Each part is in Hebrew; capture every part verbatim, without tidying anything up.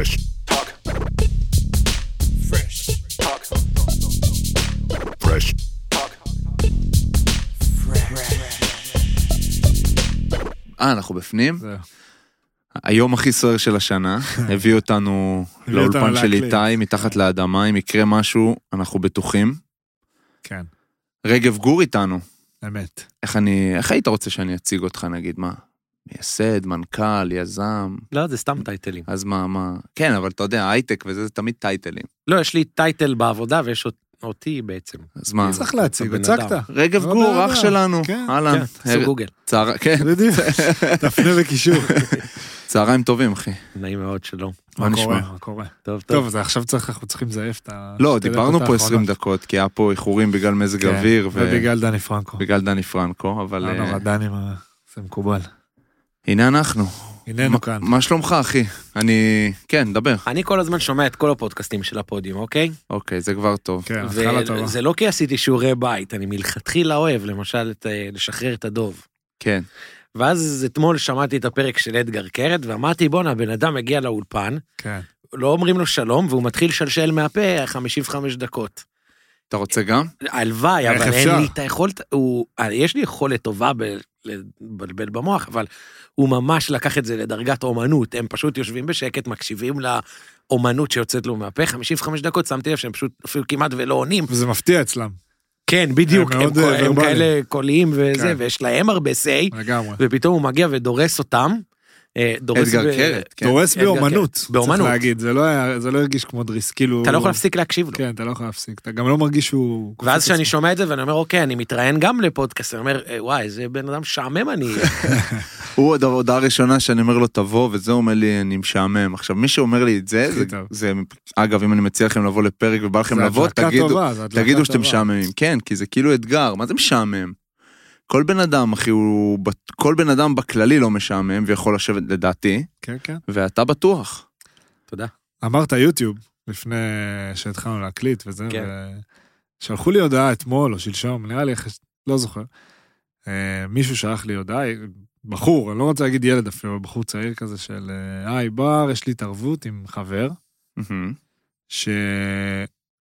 Fresh talk. Fresh talk. Fresh talk. אה, אנחנו בפנים? היום הכי סוער של השנה, הביא אותנו לאולפן של איתי, מתחת לאדמה, אם יקרה משהו, אנחנו בטוחים. כן. רגב גור איתנו. אמת. איך אני, איך היית רוצה שאני אציג אותך, נגיד, מה? מייסד, מנכ"ל, יזם. לא, זה סתם טייטלים. אז מה, מה? כן, אבל אתה יודע, הייטק וזה, זה תמיד טייטלים. לא, יש לי טייטל בעבודה, ויש אותי בעצם. אז מה? צריך להציג, הצגת. רגב גור, אח שלנו. אהלן. עשו גוגל. כן. בדיוק. תפנה בקישור. צהריים טובים, אחי. נעים מאוד, שלום. מה נשמע? מה קורה? טוב, טוב. טוב, אז עכשיו אנחנו צריכים לזייף את ה... לא, דיברנו פה עשרים דקות, כי היה פה איחורים בגלל מזג אוויר. ובגלל דני פרנקו. בגלל דני פרנקו, אבל... לא נורא, דני, זה מקובל. הנה אנחנו. הננו כאן. מה שלומך, אחי? אני... כן, דבר. אני כל הזמן שומע את כל הפודקאסטים של הפודיום, אוקיי? אוקיי, זה כבר טוב. כן, התחלה טובה. וזה לא כי עשיתי שיעורי בית, אני מלכתחילה אוהב, למשל, לשחרר את הדוב. כן. ואז אתמול שמעתי את הפרק של אדגר קרת, ואמרתי, בונה, בן אדם מגיע לאולפן, כן. לא אומרים לו שלום, והוא מתחיל לשלשל מהפה חמישים וחמש דקות. אתה רוצה גם? הלוואי, אבל אין לי את היכולת, יש לי יכולת טובה לבלבל במוח, אבל הוא ממש לקח את זה לדרגת אומנות, הם פשוט יושבים בשקט, מקשיבים לאומנות שיוצאת לו מהפה, חמישים וחמש דקות, שמתי לב שהם פשוט אפילו כמעט ולא עונים. וזה מפתיע אצלם. כן, בדיוק, הם, הם, הם כאלה קוליים וזה, כן. ויש להם הרבה סי, לגמרי. ופתאום הוא מגיע ודורס אותם, אדגר קרת, כן. דורס באומנות, באומנות. צריך להגיד, זה לא, זה לא הרגיש כמו דריס, כאילו... אתה לא יכול להפסיק להקשיב לו. כן, אתה לא יכול להפסיק, אתה גם לא מרגיש שהוא... ואז שאני שומע את זה ואני אומר, אוקיי, אני מתראיין גם לפודקאסט, אני אומר, וואי, זה בן אדם משעמם אני. הוא ההודעה הראשונה שאני אומר לו, תבוא, וזה אומר לי, אני משעמם. עכשיו, מי שאומר לי את זה, זה, אגב, אם אני מציע לכם לבוא לפרק ובא לכם לבוא, תגידו שאתם משעממים. כן, כי זה כאילו אתגר, מה זה משעמם? כל בן אדם, אחי, הוא, כל בן אדם בכללי לא משעמם, ויכול לשבת לדעתי. כן, כן. ואתה בטוח. תודה. אמרת יוטיוב, לפני שהתחלנו להקליט וזה, כן. ושלחו לי הודעה אתמול או שלשום, נראה לי, לא זוכר. מישהו שלח לי הודעה, בחור, אני לא רוצה להגיד ילד אפילו, בחור צעיר כזה של, היי, בר, יש לי התערבות עם חבר, שאני,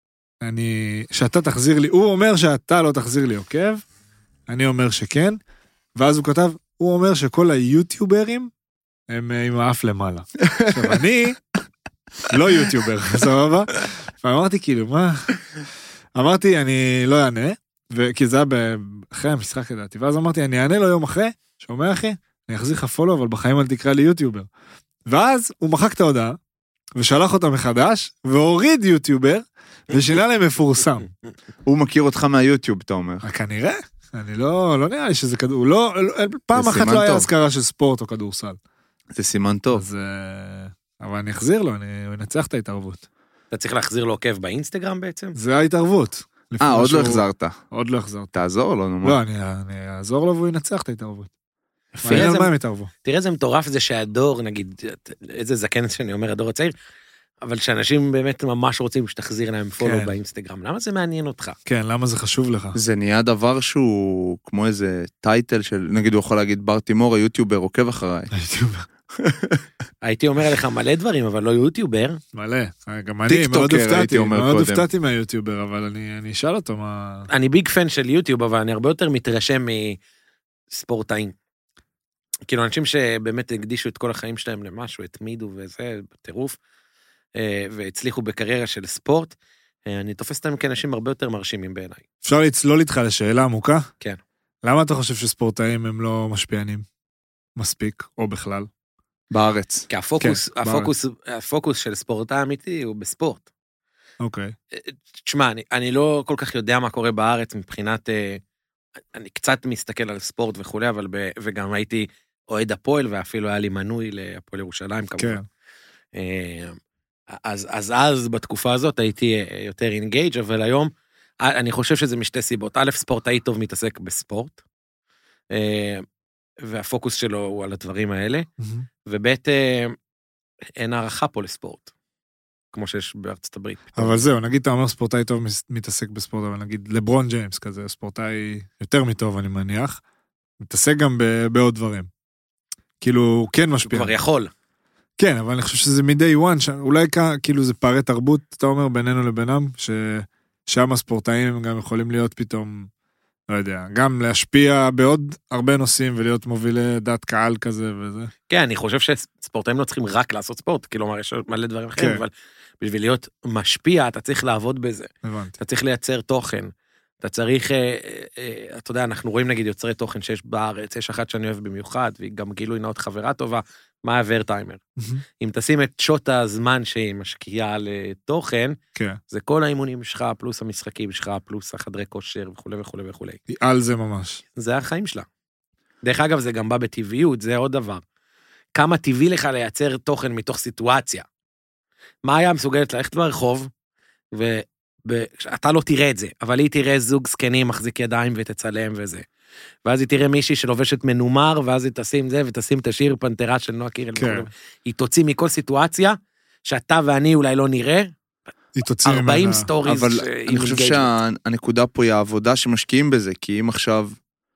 שאתה תחזיר לי, הוא אומר שאתה לא תחזיר לי עוקב, אני אומר שכן, ואז הוא כתב, הוא אומר שכל היוטיוברים הם עם האף למעלה. עכשיו, אני לא יוטיובר, סבבה? ואמרתי כאילו, מה? אמרתי, אני לא אענה, כי זה היה אחרי המשחק לדעתי, ואז אמרתי, אני אענה לו יום אחרי, שאומר אחי, אני אחזיר לך פולו, אבל בחיים אל תקרא לי יוטיובר. ואז הוא מחק את ההודעה, ושלח אותה מחדש, והוריד יוטיובר, ושינה להם מפורסם. הוא מכיר אותך מהיוטיוב, אתה אומר. כנראה. אני לא, לא נראה לי שזה כדור, לא, פעם אחת לא היה הזכרה של ספורט או כדורסל. זה סימן טוב. אז, אבל אני אחזיר לו, אני אנצח את ההתערבות. אתה צריך להחזיר לו עוקב באינסטגרם בעצם? זה ההתערבות. אה, עוד לא החזרת. עוד לא החזרת. תעזור לו, נו. לא, אני אעזור לו והוא ינצח את ההתערבות. תראה איזה מטורף זה שהדור, נגיד, איזה זקן שאני אומר, הדור הצעיר, אבל שאנשים באמת ממש רוצים שתחזיר להם פולו באינסטגרם. למה זה מעניין אותך? כן, למה זה חשוב לך? זה נהיה דבר שהוא כמו איזה טייטל של, נגיד הוא יכול להגיד, בר תימור, היוטיובר עוקב אחריי. היוטיובר. הייתי אומר לך מלא דברים, אבל לא יוטיובר. מלא. גם אני מאוד הופתעתי, מאוד הופתעתי מהיוטיובר, אבל אני אשאל אותו מה... אני ביג פן של יוטיוב, אבל אני הרבה יותר מתרשם מספורטאים. כאילו, אנשים שבאמת הקדישו את כל החיים שלהם למשהו, התמידו וזה, בטירוף. והצליחו בקריירה של ספורט, אני תופס אותם כאנשים הרבה יותר מרשימים בעיניי. אפשר לצלול איתך לשאלה עמוקה? כן. למה אתה חושב שספורטאים הם לא משפיענים? מספיק, או בכלל? בארץ. כי הפוקוס, כן, הפוקוס, בארץ. הפוקוס של ספורטאי אמיתי הוא בספורט. אוקיי. תשמע, אני, אני לא כל כך יודע מה קורה בארץ מבחינת, אני קצת מסתכל על ספורט וכולי, אבל ב, וגם הייתי אוהד הפועל, ואפילו היה לי מנוי להפועל ירושלים כמובן. כן. אז, אז אז בתקופה הזאת הייתי יותר אינגייג', אבל היום אני חושב שזה משתי סיבות. א', ספורטאי טוב מתעסק בספורט, והפוקוס שלו הוא על הדברים האלה, וב' אין הערכה פה לספורט, כמו שיש בארצות הברית. אבל זהו, נגיד אתה אומר ספורטאי טוב מתעסק בספורט, אבל נגיד לברון ג'יימס כזה, ספורטאי יותר מטוב אני מניח, מתעסק גם בעוד דברים. כאילו, כן משפיע. הוא כבר יכול. כן, אבל אני חושב שזה מ-day one, אולי כאילו זה פערי תרבות, אתה אומר, בינינו לבינם, ששם הספורטאים גם יכולים להיות פתאום, לא יודע, גם להשפיע בעוד הרבה נושאים, ולהיות מובילי דעת קהל כזה וזה. כן, אני חושב שספורטאים לא צריכים רק לעשות ספורט, כלומר, יש מלא דברים אחרים, אבל בשביל להיות משפיע, אתה צריך לעבוד בזה. אתה צריך לייצר תוכן. אתה צריך, אתה יודע, אנחנו רואים נגיד יוצרי תוכן שיש בארץ, יש אחת שאני אוהב במיוחד, והיא גם גילוי נאות חברה טובה, מה הוורטיימר. אם תשים את שוט הזמן שהיא משקיעה לתוכן, זה כל האימונים שלך, פלוס המשחקים שלך, פלוס החדרי כושר וכו' וכו' וכו'. היא על זה ממש. זה החיים שלה. דרך אגב, זה גם בא בטבעיות, זה עוד דבר. כמה טבעי לך לייצר תוכן מתוך סיטואציה. מה היה מסוגלת ללכת ברחוב, ו... אתה לא תראה את זה, אבל היא תראה זוג זקנים מחזיק ידיים ותצלם וזה. ואז היא תראה מישהי שלובשת מנומר, ואז היא תשים זה ותשים את השיר פנתרה של נועה קירל. כן. היא תוציא מכל סיטואציה, שאתה ואני אולי לא נראה, ארבעים סטוריז. אבל אני חושב שהנקודה פה היא העבודה שמשקיעים בזה, כי אם עכשיו,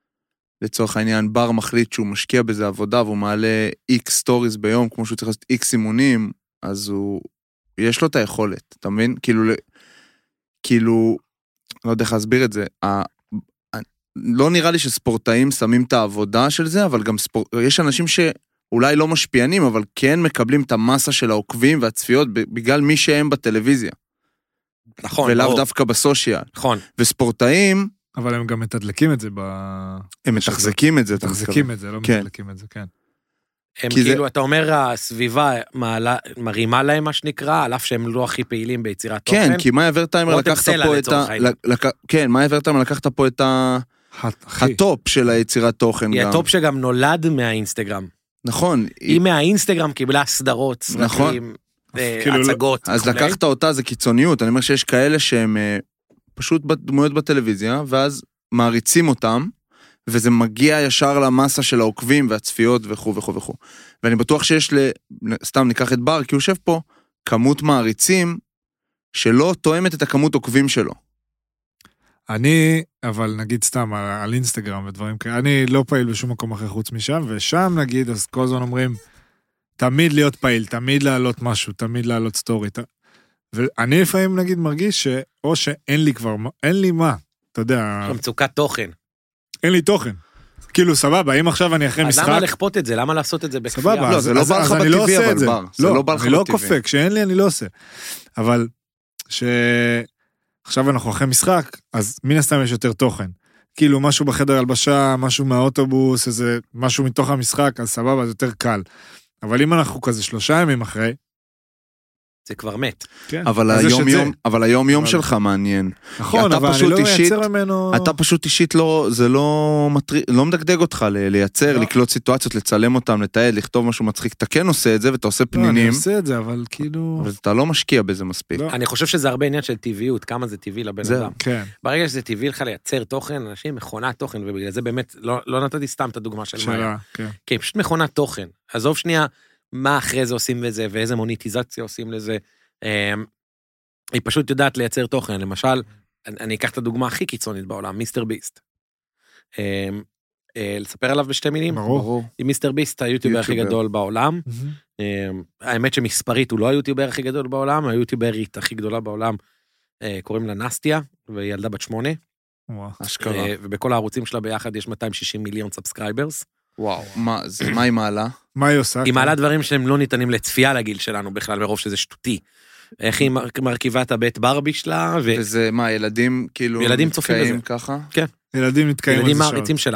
לצורך העניין, בר מחליט שהוא משקיע בזה עבודה, והוא מעלה איקס סטוריז ביום, כמו שהוא צריך לעשות איקס אימונים, אז הוא, יש לו את היכולת, אתה מבין? כאילו, כאילו, לא יודע איך להסביר את זה, ה... לא נראה לי שספורטאים שמים את העבודה של זה, אבל גם ספור... יש אנשים שאולי לא משפיענים, אבל כן מקבלים את המסה של העוקבים והצפיות, בגלל מי שהם בטלוויזיה. נכון. ולאו דווקא בסושיאל. נכון. וספורטאים... אבל הם גם מתדלקים את זה ב... הם מתחזקים את זה. מתחזקים את זה, לא מתדלקים את זה, כן. הם כאילו, אתה אומר, הסביבה מרימה להם מה שנקרא, על אף שהם לא הכי פעילים ביצירת תוכן. כן, כי מאיה ורטיימר לקחת פה את ה... כן, מאיה ורטיימר לקחת פה את ה... הטופ של היצירת תוכן. היא הטופ שגם נולד מהאינסטגרם. נכון. היא מהאינסטגרם קיבלה סדרות, סרטים, הצגות. אז לקחת אותה זה קיצוניות, אני אומר שיש כאלה שהם פשוט דמויות בטלוויזיה, ואז מעריצים אותם, וזה מגיע ישר למסה של העוקבים והצפיות וכו' וכו' וכו'. ואני בטוח שיש, ל... סתם ניקח את בר, כי הוא יושב פה, כמות מעריצים שלא תואמת את הכמות עוקבים שלו. אני, אבל נגיד סתם על, על אינסטגרם ודברים כאלה, אני לא פעיל בשום מקום אחר חוץ משם, ושם נגיד, אז כל הזמן אומרים, תמיד להיות פעיל, תמיד לעלות משהו, תמיד לעלות סטורי. ת... ואני לפעמים נגיד מרגיש שאו שאין לי כבר, אין לי מה, אתה יודע... מצוקת תוכן. אין לי תוכן. כאילו, סבבה, אם עכשיו אני אחרי משחק... אז למה לכפות את זה? למה לעשות את זה בכפייה? סבבה, לא, זה לא בא לך בטבעי, אבל בר. לא, אני לא קופק, כשאין לי אני לא עושה. אבל שעכשיו אנחנו אחרי משחק, אז מן הסתם יש יותר תוכן. כאילו, משהו בחדר הלבשה, משהו מהאוטובוס, איזה משהו מתוך המשחק, אז סבבה, זה יותר קל. אבל אם אנחנו כזה שלושה ימים אחרי, זה כבר מת. כן. אבל היום יום, אבל היום יום שלך מעניין. נכון, אבל אני לא מייצר ממנו... אתה פשוט אישית לא, זה לא מטריד, לא מדגדג אותך לייצר, לקלוט סיטואציות, לצלם אותם, לתעד, לכתוב משהו מצחיק. אתה כן עושה את זה ואתה עושה פנינים. לא, אני עושה את זה, אבל כאילו... אבל אתה לא משקיע בזה מספיק. אני חושב שזה הרבה עניין של טבעיות, כמה זה טבעי לבן אדם. כן. ברגע שזה טבעי לך לייצר תוכן, אנשים מכונת תוכן, ובגלל זה באמת לא נתתי סתם את הדוגמה של מאיה. כי פשוט מכונת תוכן. עזוב שנייה, מה אחרי זה עושים לזה, ואיזה מוניטיזציה עושים לזה. היא פשוט יודעת לייצר תוכן, למשל, אני אקח את הדוגמה הכי קיצונית בעולם, מיסטר ביסט. לספר עליו בשתי מילים? ברור. מיסטר ביסט, היוטיובר הכי גדול בעולם. האמת שמספרית הוא לא היוטיובר הכי גדול בעולם, היוטיוברית הכי גדולה בעולם, קוראים לה נסטיה, והיא ילדה בת שמונה. אשכרה. ובכל הערוצים שלה ביחד יש מאתיים ושישים מיליון סאבסקרייברס. וואו, מה, זה, מה היא מעלה? מה היא עושה? היא מעלה דברים שהם לא ניתנים לצפייה לגיל שלנו בכלל, מרוב שזה שטותי. איך היא מרכיבה את הבית ברבי שלה. וזה מה, ילדים כאילו ילדים צופים לזה. ככה? כן. ילדים מתקיים על זה שעות. ילדים מעריצים שלה.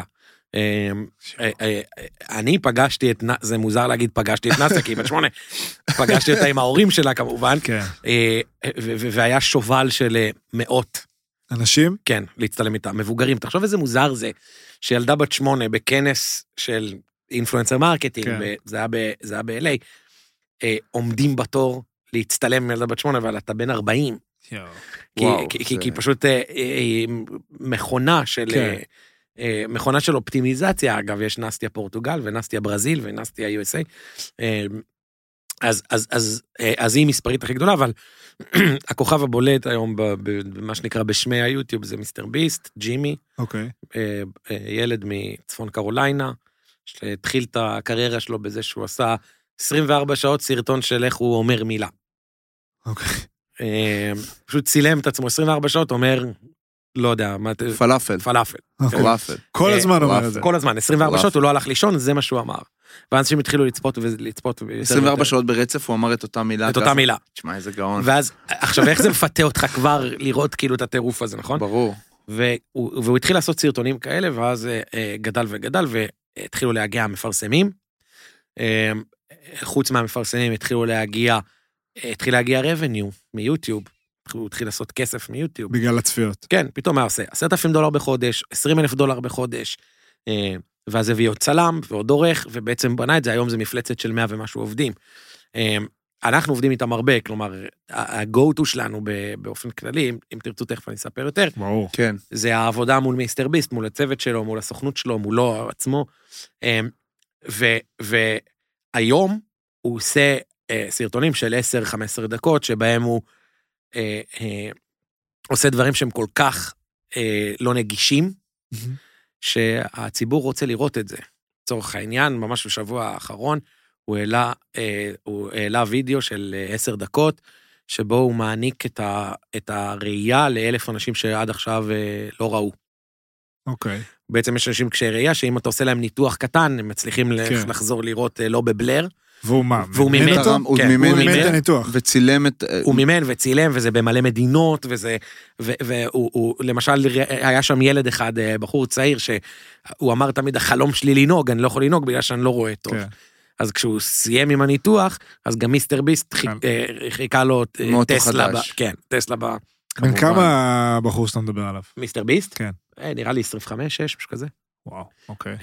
אני פגשתי את, זה מוזר להגיד פגשתי את נסה, כי היא בת שמונה, פגשתי אותה עם ההורים שלה כמובן, והיה שובל של מאות. אנשים? כן, להצטלם איתה, מבוגרים. תחשוב איזה מוזר זה, שילדה בת שמונה בכנס של אינפלואנסר מרקטינג, זה היה ב-אל איי, עומדים בתור להצטלם עם ילדה בת שמונה, אבל אתה בן ארבעים. כי פשוט מכונה של... מכונה של אופטימיזציה, אגב, יש נסטיה פורטוגל, ונסטיה ברזיל, ונסטיה יו אס איי, אז, אז, אז, אז היא מספרית הכי גדולה, אבל הכוכב הבולט היום, במה שנקרא בשמי היוטיוב, זה מיסטר ביסט, ג'ימי, אוקיי. ילד מצפון קרוליינה, שהתחיל את הקריירה שלו בזה שהוא עשה עשרים וארבע שעות סרטון של איך הוא אומר מילה. אוקיי. פשוט צילם את עצמו עשרים וארבע שעות, אומר, לא יודע, פלאפל. פלאפל. פלאפל. כל הזמן אומר את זה. כל הזמן, עשרים וארבע שעות, הוא לא הלך לישון, זה מה שהוא אמר. ואנשים התחילו לצפות ולצפות. עשרים וארבע שעות ברצף הוא אמר את אותה מילה. את אותה מילה. תשמע, איזה גאון. ואז, עכשיו, איך זה מפתה אותך כבר לראות כאילו את הטירוף הזה, נכון? ברור. והוא התחיל לעשות סרטונים כאלה, ואז גדל וגדל, והתחילו להגיע המפרסמים. חוץ מהמפרסמים התחילו להגיע, התחיל להגיע revenue מיוטיוב. הוא התחיל לעשות כסף מיוטיוב. בגלל הצפיות. כן, פתאום היה עושה עשרת אלפים דולר בחודש, עשרים אלף דולר בחודש, ואז הביא עוד צלם ועוד עורך, ובעצם בנה את זה, היום זה מפלצת של מאה ומשהו עובדים. אנחנו עובדים איתם הרבה, כלומר, ה-go-to שלנו באופן כללי, אם תרצו תכף אני אספר יותר, ברור. כן. זה העבודה מול מיסטר ביסט, מול הצוות שלו, מול הסוכנות שלו, מולו עצמו, והיום הוא עושה סרטונים של עשר חמש עשרה דקות, שבהם הוא עושה דברים שהם כל כך לא נגישים, שהציבור רוצה לראות את זה. לצורך העניין, ממש בשבוע האחרון, הוא העלה, הוא העלה וידאו של עשר דקות, שבו הוא מעניק את, ה, את הראייה לאלף אנשים שעד עכשיו לא ראו. אוקיי. בעצם יש אנשים קשי ראייה, שאם אתה עושה להם ניתוח קטן, הם מצליחים כן. לחזור לראות לא בבלר. והוא מה? והוא מימן אותו? הוא כן, מימן הוא את מימן הניתוח. וצילם את... הוא מימן וצילם, וזה במלא מדינות, וזה... והוא, הוא, למשל, היה שם ילד אחד, בחור צעיר, שהוא אמר תמיד, החלום שלי לנהוג, אני לא יכול לנהוג בגלל שאני לא רואה טוב. כן. אז כשהוא סיים עם הניתוח, אז גם מיסטר ביסט חיכה לו טסלה, כן, טסלה ב... בין כמה בחור שאתה מדבר עליו? מיסטר ביסט? כן. נראה לי עשרים וחמש, שש, משהו כזה. וואו, אוקיי.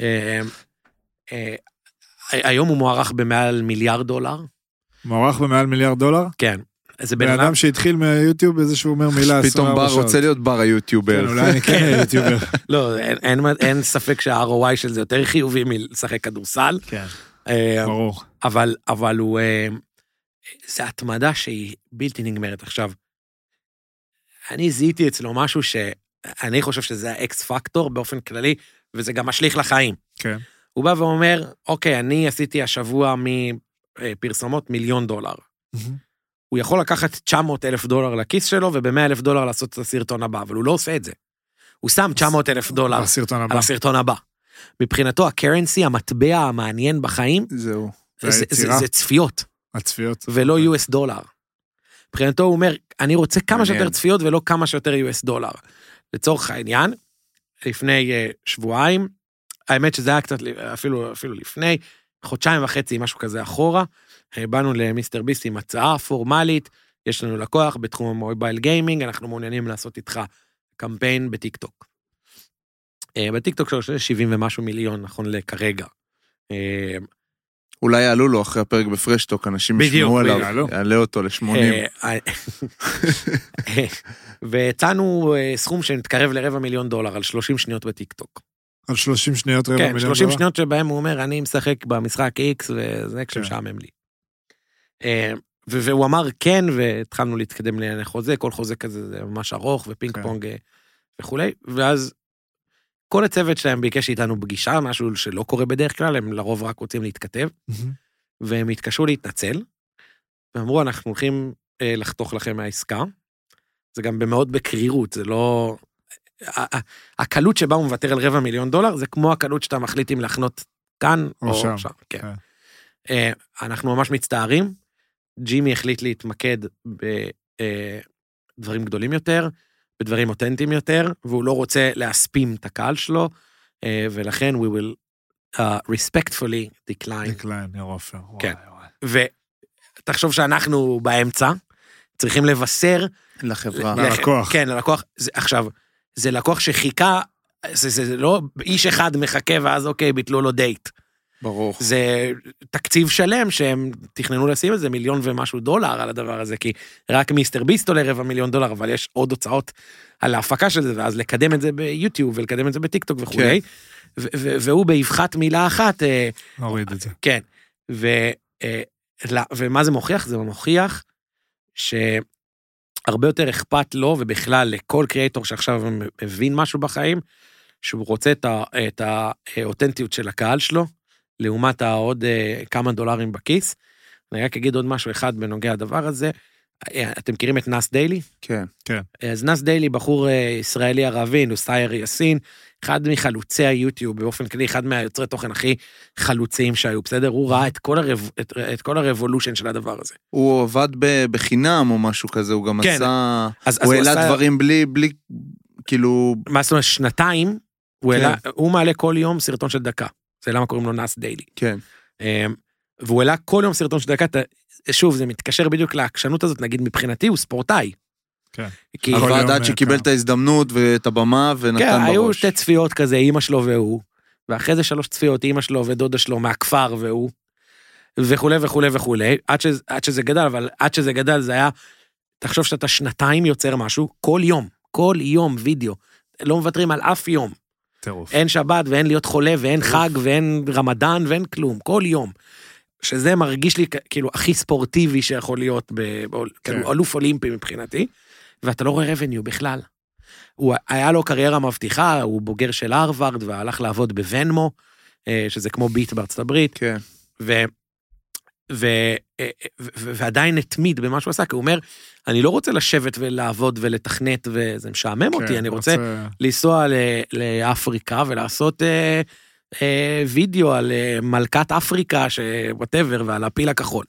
היום הוא מוערך במעל מיליארד דולר. מוערך במעל מיליארד דולר? כן. בן אדם שהתחיל מהיוטיוב איזשהו אומר מילה עשרים וארבע שעות. פתאום בר רוצה להיות בר היוטיובר. כן, אולי אני כן היוטיובר. לא, אין ספק שה-אר או איי של זה יותר חיובי מלשחק כדורסל. כן. ברור. אבל, אבל הוא, זה התמדה שהיא בלתי נגמרת. עכשיו, אני זיהיתי אצלו משהו שאני חושב שזה האקס פקטור באופן כללי, וזה גם משליך לחיים. כן. הוא בא ואומר, אוקיי, אני עשיתי השבוע מפרסומות מיליון דולר. הוא יכול לקחת תשע מאות אלף דולר לכיס שלו, וב-מאה אלף דולר לעשות את הסרטון הבא, אבל הוא לא עושה את זה. הוא שם תשע מאות אלף דולר על הסרטון הבא. מבחינתו, הקרנסי, המטבע המעניין בחיים, זהו. זה, זה, זה צפיות. הצפיות. ולא יו אס דולר. מבחינתו הוא אומר, אני רוצה כמה שיותר צפיות ולא כמה שיותר יו אס דולר. לצורך העניין, לפני uh, שבועיים, האמת שזה היה קצת, אפילו, אפילו לפני, חודשיים וחצי, משהו כזה אחורה, באנו למיסטר ביסט עם הצעה פורמלית, יש לנו לקוח בתחום המובייל גיימינג, אנחנו מעוניינים לעשות איתך קמפיין בטיקטוק. בטיקטוק שלו שבעים ומשהו מיליון, נכון לכרגע. אולי יעלו לו אחרי הפרק בפרשטוק, אנשים ישמעו עליו, יעלה אותו ל-שמונים. והצענו סכום שנתקרב לרבע מיליון דולר, על שלושים שניות בטיקטוק. על שלושים שניות רבע מיליון דולר? כן, שלושים שניות שבהם הוא אומר, אני משחק במשחק X, וזה כשמשעמם לי. והוא אמר כן, והתחלנו להתקדם לענייני חוזה, כל חוזה כזה זה ממש ארוך, ופינג פונג וכולי, ואז כל הצוות שלהם ביקש איתנו פגישה, משהו שלא קורה בדרך כלל, הם לרוב רק רוצים להתכתב, והם התקשו להתנצל, ואמרו, אנחנו הולכים לחתוך לכם מהעסקה, זה גם במאוד בקרירות, זה לא... הקלות שבה הוא מוותר על רבע מיליון דולר, זה כמו הקלות שאתה מחליט אם להחנות כאן או שם. כן. אנחנו ממש מצטערים, ג'ימי החליט להתמקד בדברים גדולים יותר, בדברים אותנטיים יותר, והוא לא רוצה להספים את הקהל שלו, ולכן we will uh, respectfully decline. decline, ירופר. כן. ותחשוב שאנחנו באמצע, צריכים לבשר, לחברה. ללקוח. כן, ללקוח. עכשיו, זה לקוח שחיכה, זה, זה, זה לא איש אחד מחכה, ואז אוקיי, ביטלו לו דייט. ברור. זה תקציב שלם שהם תכננו לשים את זה מיליון ומשהו דולר על הדבר הזה, כי רק מיסטר ביסט עולה רבע מיליון דולר, אבל יש עוד הוצאות על ההפקה של זה, ואז לקדם את זה ביוטיוב, ולקדם את זה בטיקטוק וכו'. כן. והוא באבחת מילה אחת. נוריד את זה. כן. ומה זה מוכיח? זה מוכיח שהרבה יותר אכפת לו, ובכלל לכל קריאטור שעכשיו מבין משהו בחיים, שהוא רוצה את האותנטיות של הקהל שלו, לעומת העוד כמה דולרים בכיס. אני רק אגיד עוד משהו אחד בנוגע הדבר הזה, אתם מכירים את נאס דיילי? כן. כן. אז נאס דיילי, בחור ישראלי ערבי, נוסייר יאסין, אחד מחלוצי היוטיוב, באופן כללי, אחד מהיוצרי תוכן הכי חלוציים שהיו, בסדר? הוא ראה את כל, הרב, את, את כל הרבולושן של הדבר הזה. הוא עבד בחינם או משהו כזה, הוא גם כן. עשה, אז, הוא אז העלה עשה... דברים בלי, בלי, כאילו... מה זאת אומרת, שנתיים, הוא, כן. העלה, הוא מעלה כל יום סרטון של דקה, זה למה קוראים לו נאס דיילי. כן. והוא העלה כל יום סרטון של דקה, שוב, זה מתקשר בדיוק לעקשנות הזאת, נגיד מבחינתי, הוא ספורטאי. כן. כי עבד עד שקיבל את ההזדמנות ואת הבמה ונתן בראש. כן, היו שתי צפיות כזה, אמא שלו והוא, ואחרי זה שלוש צפיות, אמא שלו ודודה שלו מהכפר והוא, וכולי וכולי וכולי, עד, ש, עד שזה גדל, אבל עד שזה גדל זה היה, תחשוב שאתה שנתיים יוצר משהו, כל יום, כל יום וידאו, לא מוותרים על אף יום. טירוף. אין שבת ואין להיות חולה ואין טירוף. חג ואין רמדאן ואין כלום, כל יום. שזה מרגיש לי כאילו הכי ספורטיבי שיכול להיות, ב, כן. כאילו אלוף אולימפי מבחינתי, ואתה לא רואה רבניו בכלל. הוא היה לו קריירה מבטיחה, הוא בוגר של הרווארד, והלך לעבוד בוונמו, שזה כמו ביט בארצות הברית, כן. ו, ו, ו, ו, ועדיין נתמיד במה שהוא עשה, כי הוא אומר, אני לא רוצה לשבת ולעבוד ולתכנת, וזה משעמם כן, אותי, אני רוצה, רוצה... לנסוע לאפריקה ולעשות... וידאו על מלכת אפריקה, ווטאבר, ועל הפיל הכחול.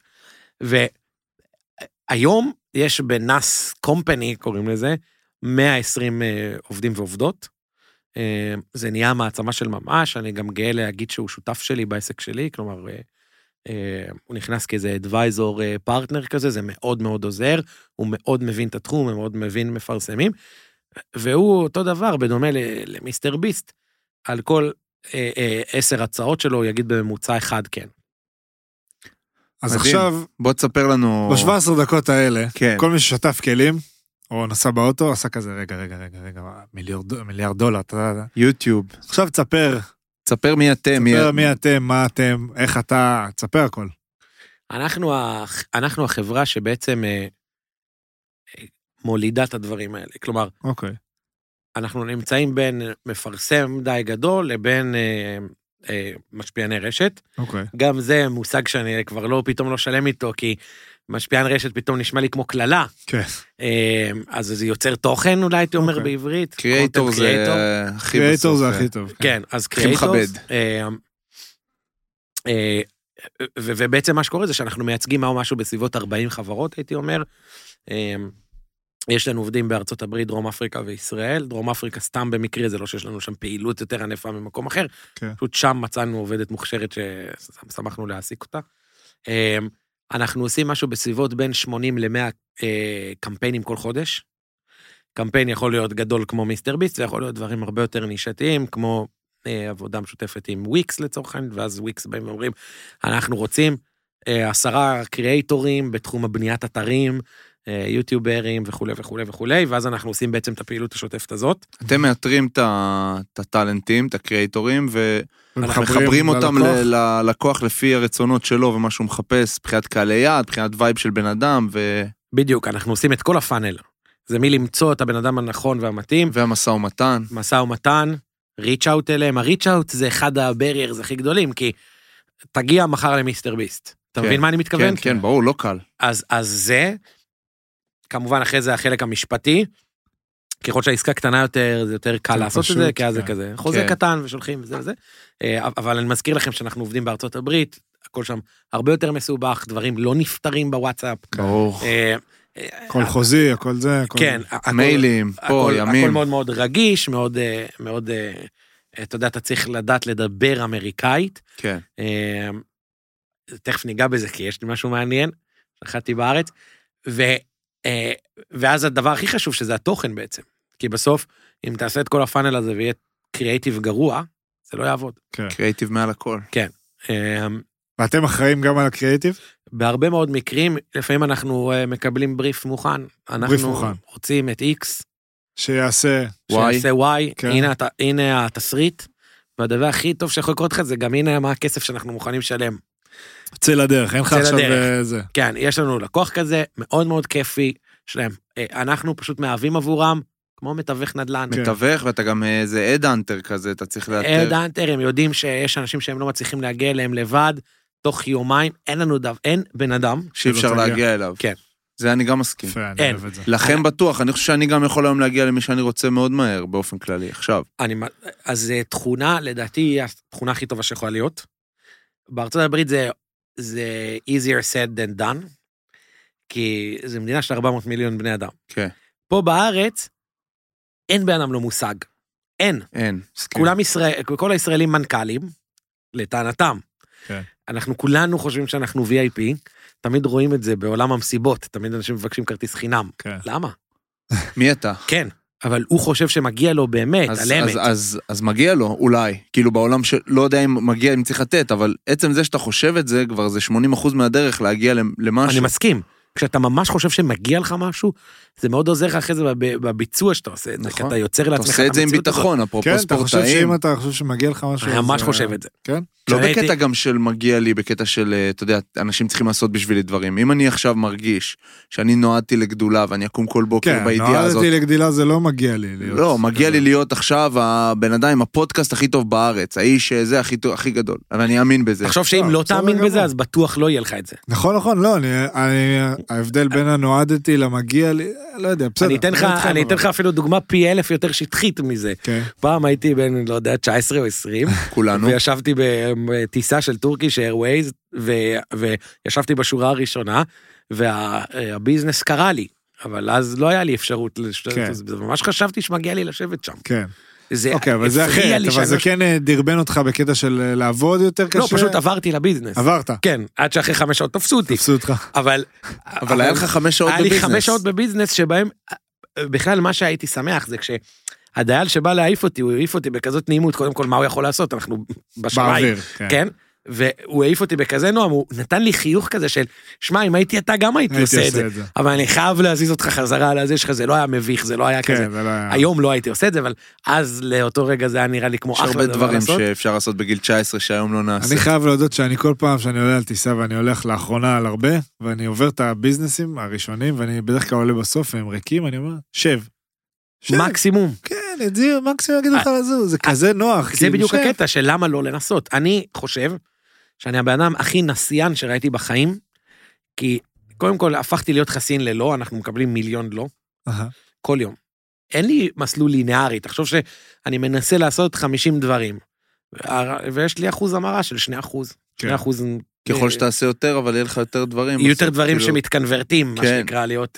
והיום יש בנאס קומפני, קוראים לזה, מאה ועשרים עובדים ועובדות. זה נהיה מעצמה של ממש, אני גם גאה להגיד שהוא שותף שלי בעסק שלי, כלומר, הוא נכנס כאיזה אדוויזור פרטנר כזה, זה מאוד מאוד עוזר, הוא מאוד מבין את התחום, הוא מאוד מבין מפרסמים, והוא אותו דבר, בדומה למיסטר ביסט, על כל עשר הצעות שלו, הוא יגיד בממוצע אחד כן. אז עכשיו, בוא תספר לנו... ב-שבע עשרה דקות האלה, כל מי ששטף כלים, או נסע באוטו, עשה כזה, רגע, רגע, רגע, רגע, מיליארד דולר, אתה יודע. יוטיוב. עכשיו תספר. תספר מי אתם. תספר מי אתם, מה אתם, איך אתה, תספר הכל. אנחנו החברה שבעצם מולידה את הדברים האלה, כלומר, אוקיי. אנחנו נמצאים בין מפרסם די גדול לבין אה, אה, משפיעני רשת. אוקיי. גם זה מושג שאני כבר לא, פתאום לא שלם איתו, כי משפיען רשת פתאום נשמע לי כמו כללה. כן. אה, אז זה יוצר תוכן, אולי הייתי אומר אוקיי. בעברית. קריאטור זה הכי בסוף. קריאטור זה הכי טוב. כן, אז קריאטור. אה, אה, ובעצם מה שקורה זה שאנחנו מייצגים מהו משהו בסביבות ארבעים חברות, הייתי אומר. אה, יש לנו עובדים בארצות הברית, דרום אפריקה וישראל, דרום אפריקה סתם במקרה, זה לא שיש לנו שם פעילות יותר ענפה ממקום אחר, כן. פשוט שם מצאנו עובדת מוכשרת ששמחנו להעסיק אותה. אנחנו עושים משהו בסביבות בין שמונים למאה קמפיינים כל חודש, קמפיין יכול להיות גדול כמו מיסטר ביסט, ויכול להיות דברים הרבה יותר נישתיים, כמו עבודה משותפת עם וויקס לצורך העניין, ואז וויקס באים ואומרים, אנחנו רוצים עשרה קריאטורים בתחום הבניית אתרים, יוטיוברים וכו' וכו' וכו', ואז אנחנו עושים בעצם את הפעילות השוטפת הזאת. אתם מאתרים את הטלנטים, את הקריאטורים, ומחברים אותם ללקוח לפי הרצונות שלו, ומה שהוא מחפש, בחיית קהלי יד, בחיית וייב של בן אדם, ו... בדיוק, אנחנו עושים את כל הפאנל. זה מי למצוא את הבן אדם הנכון והמתאים. והמשא ומתן. משא ומתן, ריץ' אאוט אליהם. הריץ' אאוט זה אחד הבריארס הכי גדולים, כי תגיע מחר למיסטר ביסט. אתה מבין מה אני מתכוון? כן, כן, ברור, לא קל. אז, אז זה, כמובן אחרי זה החלק המשפטי, ככל שהעסקה קטנה יותר, זה יותר קל לעשות את זה, כי אז זה כזה, חוזה קטן ושולחים וזה וזה, אבל אני מזכיר לכם שאנחנו עובדים בארצות הברית, הכל שם הרבה יותר מסובך, דברים לא נפתרים בוואטסאפ. ברור. הכל חוזי, הכל זה. כן. מיילים, פה, ימים. הכל מאוד מאוד רגיש, מאוד, מאוד, אתה יודע, אתה צריך לדעת לדבר אמריקאית. כן. תכף ניגע בזה, כי יש לי משהו מעניין, שחדתי בארץ, ו... ואז הדבר הכי חשוב שזה התוכן בעצם, כי בסוף אם תעשה את כל הפאנל הזה ויהיה קריאייטיב גרוע, זה לא יעבוד. קריאייטיב מעל הכל. כן. ואתם אחראים גם על הקריאייטיב? בהרבה מאוד מקרים, לפעמים אנחנו מקבלים בריף מוכן, אנחנו רוצים את X, שיעשה Y, שיעשה Y, הנה התסריט, והדבר הכי טוב שיכול לקרות לך זה גם הנה מה הכסף שאנחנו מוכנים לשלם. צא לדרך, אין לך עכשיו זה. כן, יש לנו לקוח כזה, מאוד מאוד כיפי, שלהם, אנחנו פשוט מאהבים עבורם, כמו מתווך נדל"ן. מתווך, ואתה גם איזה אד אנטר כזה, אתה צריך לאתר. אד אנטר, הם יודעים שיש אנשים שהם לא מצליחים להגיע אליהם לבד, תוך יומיים, אין לנו דבר, אין בן אדם. שאי אפשר להגיע אליו. כן. זה אני גם מסכים. אין. לכם בטוח, אני חושב שאני גם יכול היום להגיע למי שאני רוצה מאוד מהר, באופן כללי, עכשיו. אז תכונה, לדעתי, היא התכונה הכי טובה שיכולה להיות. בארצות הברית זה, זה easier said than done, כי זו מדינה של ארבע מאות מיליון בני אדם. כן. פה בארץ, אין בן אדם לא מושג. אין. אין. כולם ישראל, כל הישראלים מנכ"לים, לטענתם. כן. אנחנו כולנו חושבים שאנחנו וי איי פי, תמיד רואים את זה בעולם המסיבות, תמיד אנשים מבקשים כרטיס חינם. כן. למה? מי אתה? כן, אבל הוא חושב שמגיע לו באמת, אז, על אמת. אז, אז, אז מגיע לו, אולי, כאילו בעולם שלא יודע אם מגיע, אם צריך לתת, אבל עצם זה שאתה חושב את זה, כבר זה שמונים אחוז מהדרך להגיע למשהו. אני מסכים. כשאתה ממש חושב שמגיע לך משהו, זה מאוד עוזר לך אחרי זה בביצוע שאתה עושה את זה, כי אתה יוצר לעצמך את המציאות הזאת. אתה עושה את זה עם ביטחון, אפרופו ספורטאים. כן, אתה חושב שאם אתה חושב שמגיע לך משהו... אני ממש חושב את זה. כן? לא בקטע גם של מגיע לי, בקטע של, אתה יודע, אנשים צריכים לעשות בשבילי דברים. אם אני עכשיו מרגיש שאני נועדתי לגדולה, ואני אקום כל בוקר בידיעה הזאת... כן, נועדתי לגדילה זה לא מגיע לי. לא, מגיע לי להיות עכשיו הבן אדם עם הפודקאסט הכי טוב בארץ, האיש זה הכי גדול, ואני אאמין בזה. תחשוב שאם לא תאמין בזה, אז בטוח לא יהיה לך את זה. נכון, נכון, לא, ההבדל בין הנועדתי למגיע לי, לא יודע, בסדר. אני אתן לך אפילו דוגמה פי אלף יותר שטחית מזה. פעם הייתי בין, לא יודע, תשע עשרה או עשרים, כולנו. וישבתי בטיסה של טורקיש איירווייז, וישבתי בשורה הראשונה, והביזנס קרה לי, אבל אז לא היה לי אפשרות, ממש חשבתי שמגיע לי לשבת שם. כן. אוקיי, אבל זה אחרת, אבל זה כן דרבן אותך בקטע של לעבוד יותר קשה? לא, פשוט עברתי לביזנס. עברת? כן, עד שאחרי חמש שעות תפסו אותי. תפסו אותך. אבל... אבל היה לך חמש שעות בביזנס. היה לי חמש שעות בביזנס שבהם, בכלל מה שהייתי שמח זה כשהדייל שבא להעיף אותי, הוא העיף אותי בכזאת נעימות, קודם כל מה הוא יכול לעשות, אנחנו בשמיים. כן? והוא העיף אותי בכזה נועם, הוא נתן לי חיוך כזה של, שמע, אם הייתי אתה גם הייתי עושה את זה, אבל אני חייב להזיז אותך חזרה על הזה שלך, זה לא היה מביך, זה לא היה כזה, היום לא הייתי עושה את זה, אבל אז לאותו רגע זה היה נראה לי כמו אחלה דבר לעשות. יש הרבה דברים שאפשר לעשות בגיל תשע עשרה שהיום לא נעשה. אני חייב להודות שאני כל פעם שאני עולה על טיסה ואני הולך לאחרונה על הרבה, ואני עובר את הביזנסים הראשונים, ואני בדרך כלל עולה בסוף והם ריקים, אני אומר, שב. מקסימום. כן, את זה מקסימום יגידו לך לזו, זה כזה נוח. זה בדיוק הקטע של למה לא לנסות. אני חושב שאני הבן אדם הכי נסיין שראיתי בחיים, כי קודם כל הפכתי להיות חסין ללא, אנחנו מקבלים מיליון לא, כל יום. אין לי מסלול לינארי, תחשוב שאני מנסה לעשות חמישים דברים, ויש לי אחוז המרה של שני אחוז. שני אחוז... ככל שתעשה יותר, אבל יהיה לך יותר דברים. יותר דברים שמתקנברטים, מה שנקרא להיות,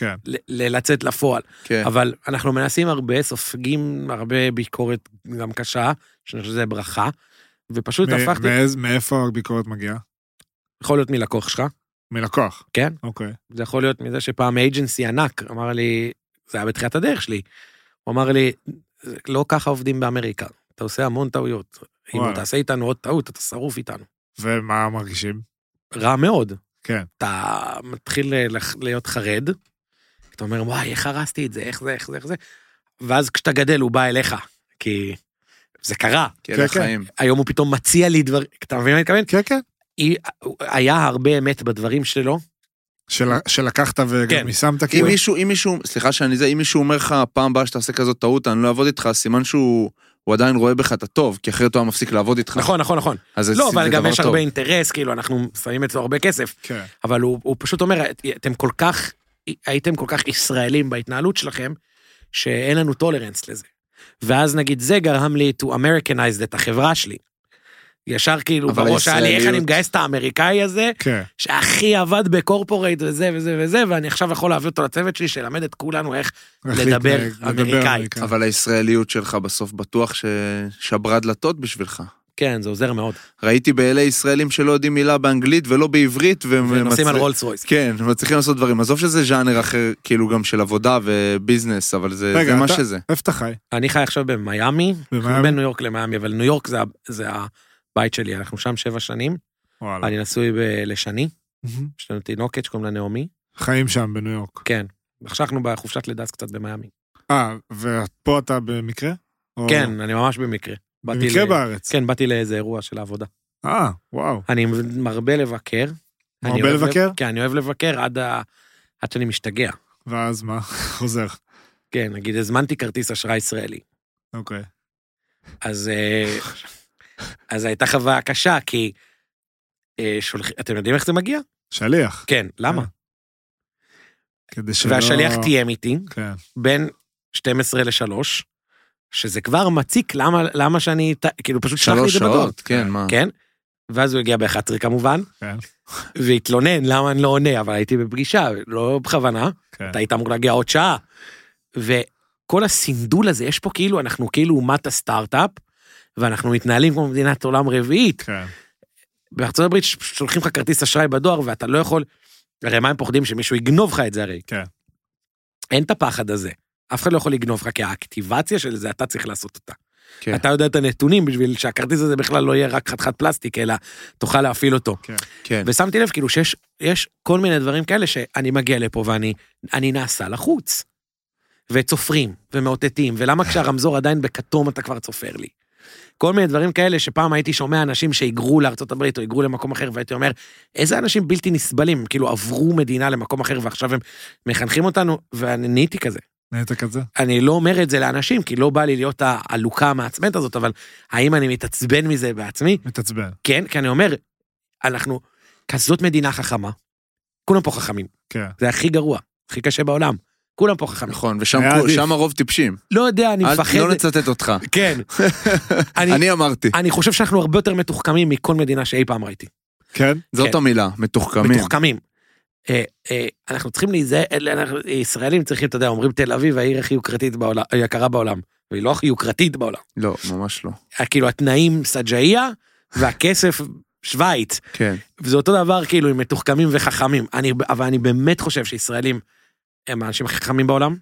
לצאת לפועל. אבל אנחנו מנסים הרבה, סופגים הרבה ביקורת גם קשה, שאני חושב שזה ברכה, ופשוט הפכתי... מאיפה הביקורת מגיעה? יכול להיות מלקוח שלך. מלקוח? כן. אוקיי. זה יכול להיות מזה שפעם אייג'נסי ענק, אמר לי, זה היה בתחילת הדרך שלי, הוא אמר לי, לא ככה עובדים באמריקה, אתה עושה המון טעויות, אם אתה עושה איתנו עוד טעות, אתה שרוף איתנו. ומה מרגישים? רע מאוד. כן. אתה מתחיל להיות חרד, אתה אומר, וואי, איך הרסתי את זה, איך זה, איך זה, איך זה, ואז כשאתה גדל, הוא בא אליך, כי זה קרה. כן, כן. היום הוא פתאום מציע לי דבר, אתה מבין מה אני מתכוון? כן, כן. היה הרבה אמת בדברים שלו. שלקחת וגם שמת כאילו. אם מישהו, אם מישהו, סליחה שאני זה, אם מישהו אומר לך, פעם הבאה שאתה עושה כזאת טעות, אני לא אעבוד איתך, סימן שהוא עדיין רואה בך את הטוב, כי אחרת הוא היה מפסיק לעבוד איתך. נכון, נכון, נכון. לא, אבל גם יש הרבה אינטרס, כאילו, אנחנו שמים אצלו הרבה כסף. אבל הוא פשוט אומר, אתם כל כך, הייתם כל כך ישראלים בהתנהלות שלכם, שאין לנו טולרנס לזה. ואז נגיד, זה גרם לי to Americanize את החברה שלי. ישר כאילו בראש היה לי איך אני מגייס את האמריקאי הזה, שהכי עבד בקורפורייט וזה וזה וזה, ואני עכשיו יכול להביא אותו לצוות שלי, שלמד את כולנו איך לדבר אמריקאית. אבל הישראליות שלך בסוף בטוח ששברה דלתות בשבילך. כן, זה עוזר מאוד. ראיתי באלה ישראלים שלא יודעים מילה באנגלית ולא בעברית. ונוסעים על רולס רויס. כן, מצליחים לעשות דברים. עזוב שזה ז'אנר אחר, כאילו גם של עבודה וביזנס, אבל זה מה שזה. איפה אתה חי? אני חי עכשיו במיימי, בין ניו יורק למיימי, אבל ניו יורק זה הבית שלי, אנחנו שם שבע שנים. אני נשוי לשני, יש לנו תינוקת שקוראים לה נעמי. חיים שם בניו יורק. כן, עכשיו אנחנו בחופשת לידה קצת במיימי. אה, ופה אתה במקרה? כן, אני ממש במקרה. במקרה בארץ? כן, באתי לאיזה אירוע של העבודה. אה, וואו. אני מרבה לבקר. מרבה לבקר? כן, אני אוהב לבקר עד שאני משתגע. ואז מה? חוזר. כן, נגיד, הזמנתי כרטיס אשראי ישראלי. אוקיי. אז, אז הייתה חוויה קשה, כי אתם יודעים איך זה מגיע? שליח. כן, למה? כדי שלא... והשליח תיים איתי, כן. בין שתים עשרה לשלוש, שזה כבר מציק, למה, למה שאני, כאילו פשוט שלח לי את זה בדור. שלוש שעות, כן, מה? כן, ואז הוא הגיע ב-אחת עשרה כמובן, כן. והתלונן למה אני לא עונה, אבל הייתי בפגישה, לא בכוונה, כן. אתה היית אמור להגיע עוד שעה, וכל הסינדול הזה, יש פה כאילו, אנחנו כאילו אומת הסטארט-אפ, ואנחנו מתנהלים כמו מדינת עולם רביעית. כן. בארצות הברית שולחים לך כרטיס אשראי בדואר, ואתה לא יכול, הרי מה הם פוחדים שמישהו יגנוב לך את זה הרי? כן. אין את הפחד הזה. אף אחד לא יכול לגנוב לך, כי האקטיבציה של זה, אתה צריך לעשות אותה. כן. אתה יודע את הנתונים, בשביל שהכרטיס הזה בכלל לא יהיה רק חתיכת פלסטיק, אלא תוכל להפעיל אותו. כן. כן. ושמתי לב, כאילו, שיש יש כל מיני דברים כאלה, שאני מגיע לפה, ואני אני נעשה לחוץ. וצופרים, ומאותתים, ולמה כשהרמזור עדיין בכתום, אתה כבר צופר לי. כל מיני דברים כאלה, שפעם הייתי שומע אנשים שהיגרו לארצות הברית, או היגרו למקום אחר, והייתי אומר, איזה אנשים בלתי נסבלים, כאילו עברו מדינה למקום אחר, ועכשיו הם מחנכים אותנו, ואני נהייתי כזה. נהיית כזה? אני לא אומר את זה לאנשים, כי לא בא לי להיות העלוקה המעצבנת הזאת, אבל האם אני מתעצבן מזה בעצמי? מתעצבן. כן, כי אני אומר, אנחנו כזאת מדינה חכמה, כולם פה חכמים. כן. זה הכי גרוע, הכי קשה בעולם. כולם פה חכמים. נכון, ושם הרוב טיפשים. לא יודע, אני מפחד. לא נצטט אותך. כן. אני אמרתי. אני חושב שאנחנו הרבה יותר מתוחכמים מכל מדינה שאי פעם ראיתי. כן? זאת המילה, מתוחכמים. מתוחכמים. אנחנו צריכים להיזהר, ישראלים צריכים, אתה יודע, אומרים תל אביב, העיר הכי יוקרתית בעולם, יקרה בעולם, והיא לא הכי יוקרתית בעולם. לא, ממש לא. כאילו, התנאים סג'איה, והכסף שוויץ. כן. וזה אותו דבר, כאילו, עם מתוחכמים וחכמים. אבל אני באמת חושב שישראלים הם האנשים הכי חכמים בעולם,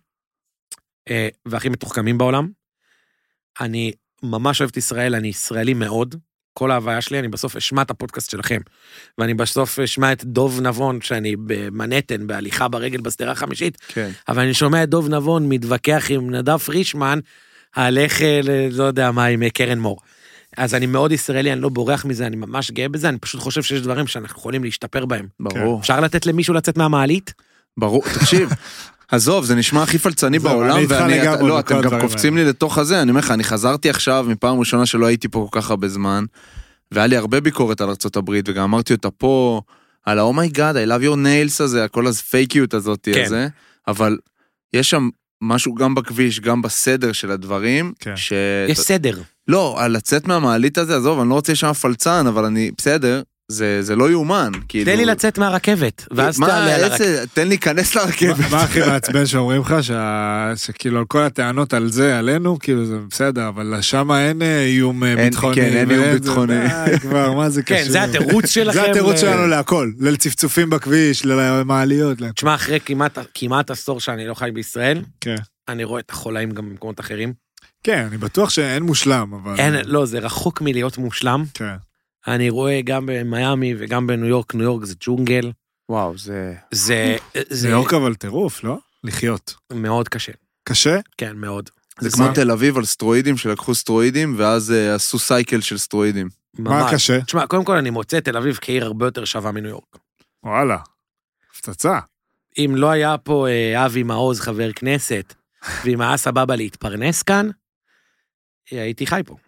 והכי מתוחכמים בעולם. אני ממש אוהב את ישראל, אני ישראלי מאוד, כל ההוויה שלי, אני בסוף אשמע את הפודקאסט שלכם, ואני בסוף אשמע את דוב נבון, שאני במנהטן, בהליכה ברגל בסדרה החמישית, כן. אבל אני שומע את דוב נבון מתווכח עם נדב פרישמן, הלך, לא יודע מה, עם קרן מור. אז אני מאוד ישראלי, אני לא בורח מזה, אני ממש גאה בזה, אני פשוט חושב שיש דברים שאנחנו יכולים להשתפר בהם. ברור. אפשר לתת למישהו לצאת מהמעלית? ברור, תקשיב. עזוב, זה נשמע הכי פלצני בעולם, ואני, לא, אתם גם קופצים לי לתוך הזה, אני אומר לך, אני חזרתי עכשיו מפעם ראשונה שלא הייתי פה כל כך הרבה זמן, והיה לי הרבה ביקורת על ארצות הברית, וגם אמרתי אותה פה, על ה-Oh my God, I love your nails הזה, כל הפייקיות הזאת הזה, אבל יש שם משהו גם בכביש, גם בסדר של הדברים, ש... יש סדר. לא, על לצאת מהמעלית הזה, עזוב, אני לא רוצה שם פלצן, אבל אני, בסדר, זה, זה לא יאומן. כאילו... תן לי לצאת מהרכבת, ואז תעלה על הרכבת. תן לי להיכנס לרכבת. מה הכי מעצבן שאומרים לך, שכאילו על כל הטענות על זה, עלינו, כאילו זה בסדר, אבל שם אין איום ביטחוני. כן, אין איום ביטחוני. כבר, מה זה קשור? כן, זה התירוץ שלכם. זה התירוץ שלנו להכל, לצפצופים בכביש, למעליות. תשמע, אחרי כמעט עשור שאני לא חי בישראל, כן. אני רואה את החולאים גם במקומות אחרים. כן, אני בטוח שאין מושלם, אבל... אין, לא, זה רחוק מלהיות מושלם. כן. אני רואה גם במיימי וגם בניו יורק, ניו יורק זה ג'ונגל. וואו, זה... זה... ניו יורק אבל טירוף, לא? לחיות. מאוד קשה. קשה? כן, מאוד. זה כמו תל אביב על סטרואידים, שלקחו סטרואידים, ואז עשו סייקל של סטרואידים. מה קשה? תשמע, קודם כל אני מוצא תל אביב כעיר הרבה יותר שווה מניו יורק. וואלה, הפצצה. אם לא היה פה אבי מעוז חבר כנסת, ואם היה סבבה להתפרנס כאן, הייתי חי פה.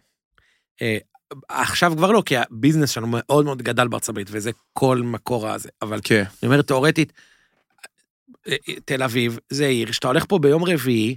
עכשיו כבר לא, כי הביזנס שלנו מאוד מאוד גדל בארצות הברית, וזה כל מקור הזה, אבל כן. אני אומר, תיאורטית, תל אביב זה עיר שאתה הולך פה ביום רביעי,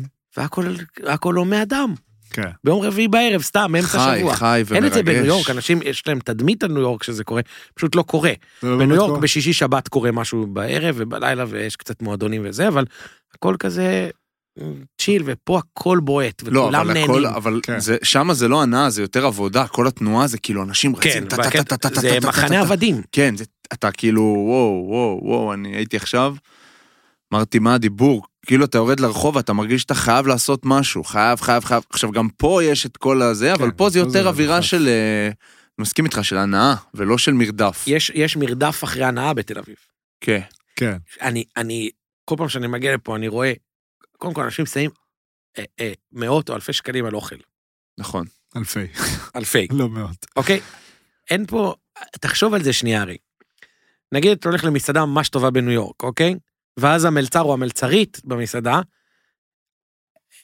והכל לא מאדם. כן. ביום רביעי בערב, סתם, אמצע שבוע. חי, חי ומרגש. אין את זה בניו יורק, אנשים יש להם תדמית על ניו יורק שזה קורה, פשוט לא קורה. בניו יורק בשישי שבת קורה משהו בערב, ובלילה ויש קצת מועדונים וזה, אבל הכל כזה... צ'יל, ופה הכל בועט, וכולם נהנים. לא, אבל שמה זה לא הנאה, זה יותר עבודה, כל התנועה זה כאילו אנשים רצים, זה מחנה עבדים. כן, אתה כאילו, וואו, וואו, וואו, אני הייתי עכשיו, אמרתי מה הדיבור, כאילו אתה יורד לרחוב, אתה מרגיש שאתה חייב לעשות משהו, חייב, חייב, חייב, עכשיו גם פה יש את כל הזה, אבל פה זה יותר אווירה של, מסכים איתך, של הנאה, ולא של מרדף. יש מרדף אחרי הנאה בתל אביב. כן. כן. אני, כל פעם שאני מגיע לפה, אני רואה, קודם כל, אנשים שמים אה, אה, מאות או אלפי שקלים על אוכל. נכון. אלפי. אלפי. לא מאות. אוקיי? אין פה, תחשוב על זה שנייה הרי. נגיד, אתה הולך למסעדה ממש טובה בניו יורק, אוקיי? ואז המלצר או המלצרית במסעדה,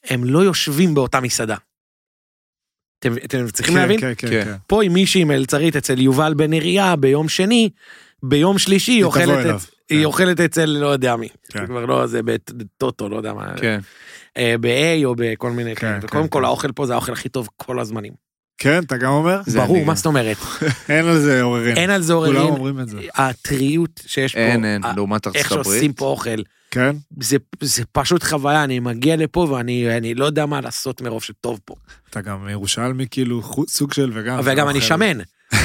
הם לא יושבים באותה מסעדה. אתם, אתם צריכים כן, להבין? כן, כן, כן. פה עם מישהי מלצרית אצל יובל בן עירייה ביום שני, ביום שלישי היא אוכלת, את, היא כן. אוכלת אצל לא יודע מי. כן. כבר לא, זה בטוטו, לא יודע מה. כן. ב-A או בכל מיני. כן, וקודם כן, כל כן. האוכל פה זה האוכל הכי טוב כל הזמנים. כן, אתה גם אומר? ברור, מה זאת אומרת? אין על זה עוררין. אין על זה עוררין. כולם אומרים את זה. הטריות שיש פה. אין, אין, לעומת ארצות איך הברית. שעושים פה אוכל. כן? זה, זה פשוט חוויה, אני מגיע לפה ואני אני לא יודע מה לעשות מרוב שטוב פה. אתה גם ירושלמי כאילו סוג של וגם... וגם אני שמן.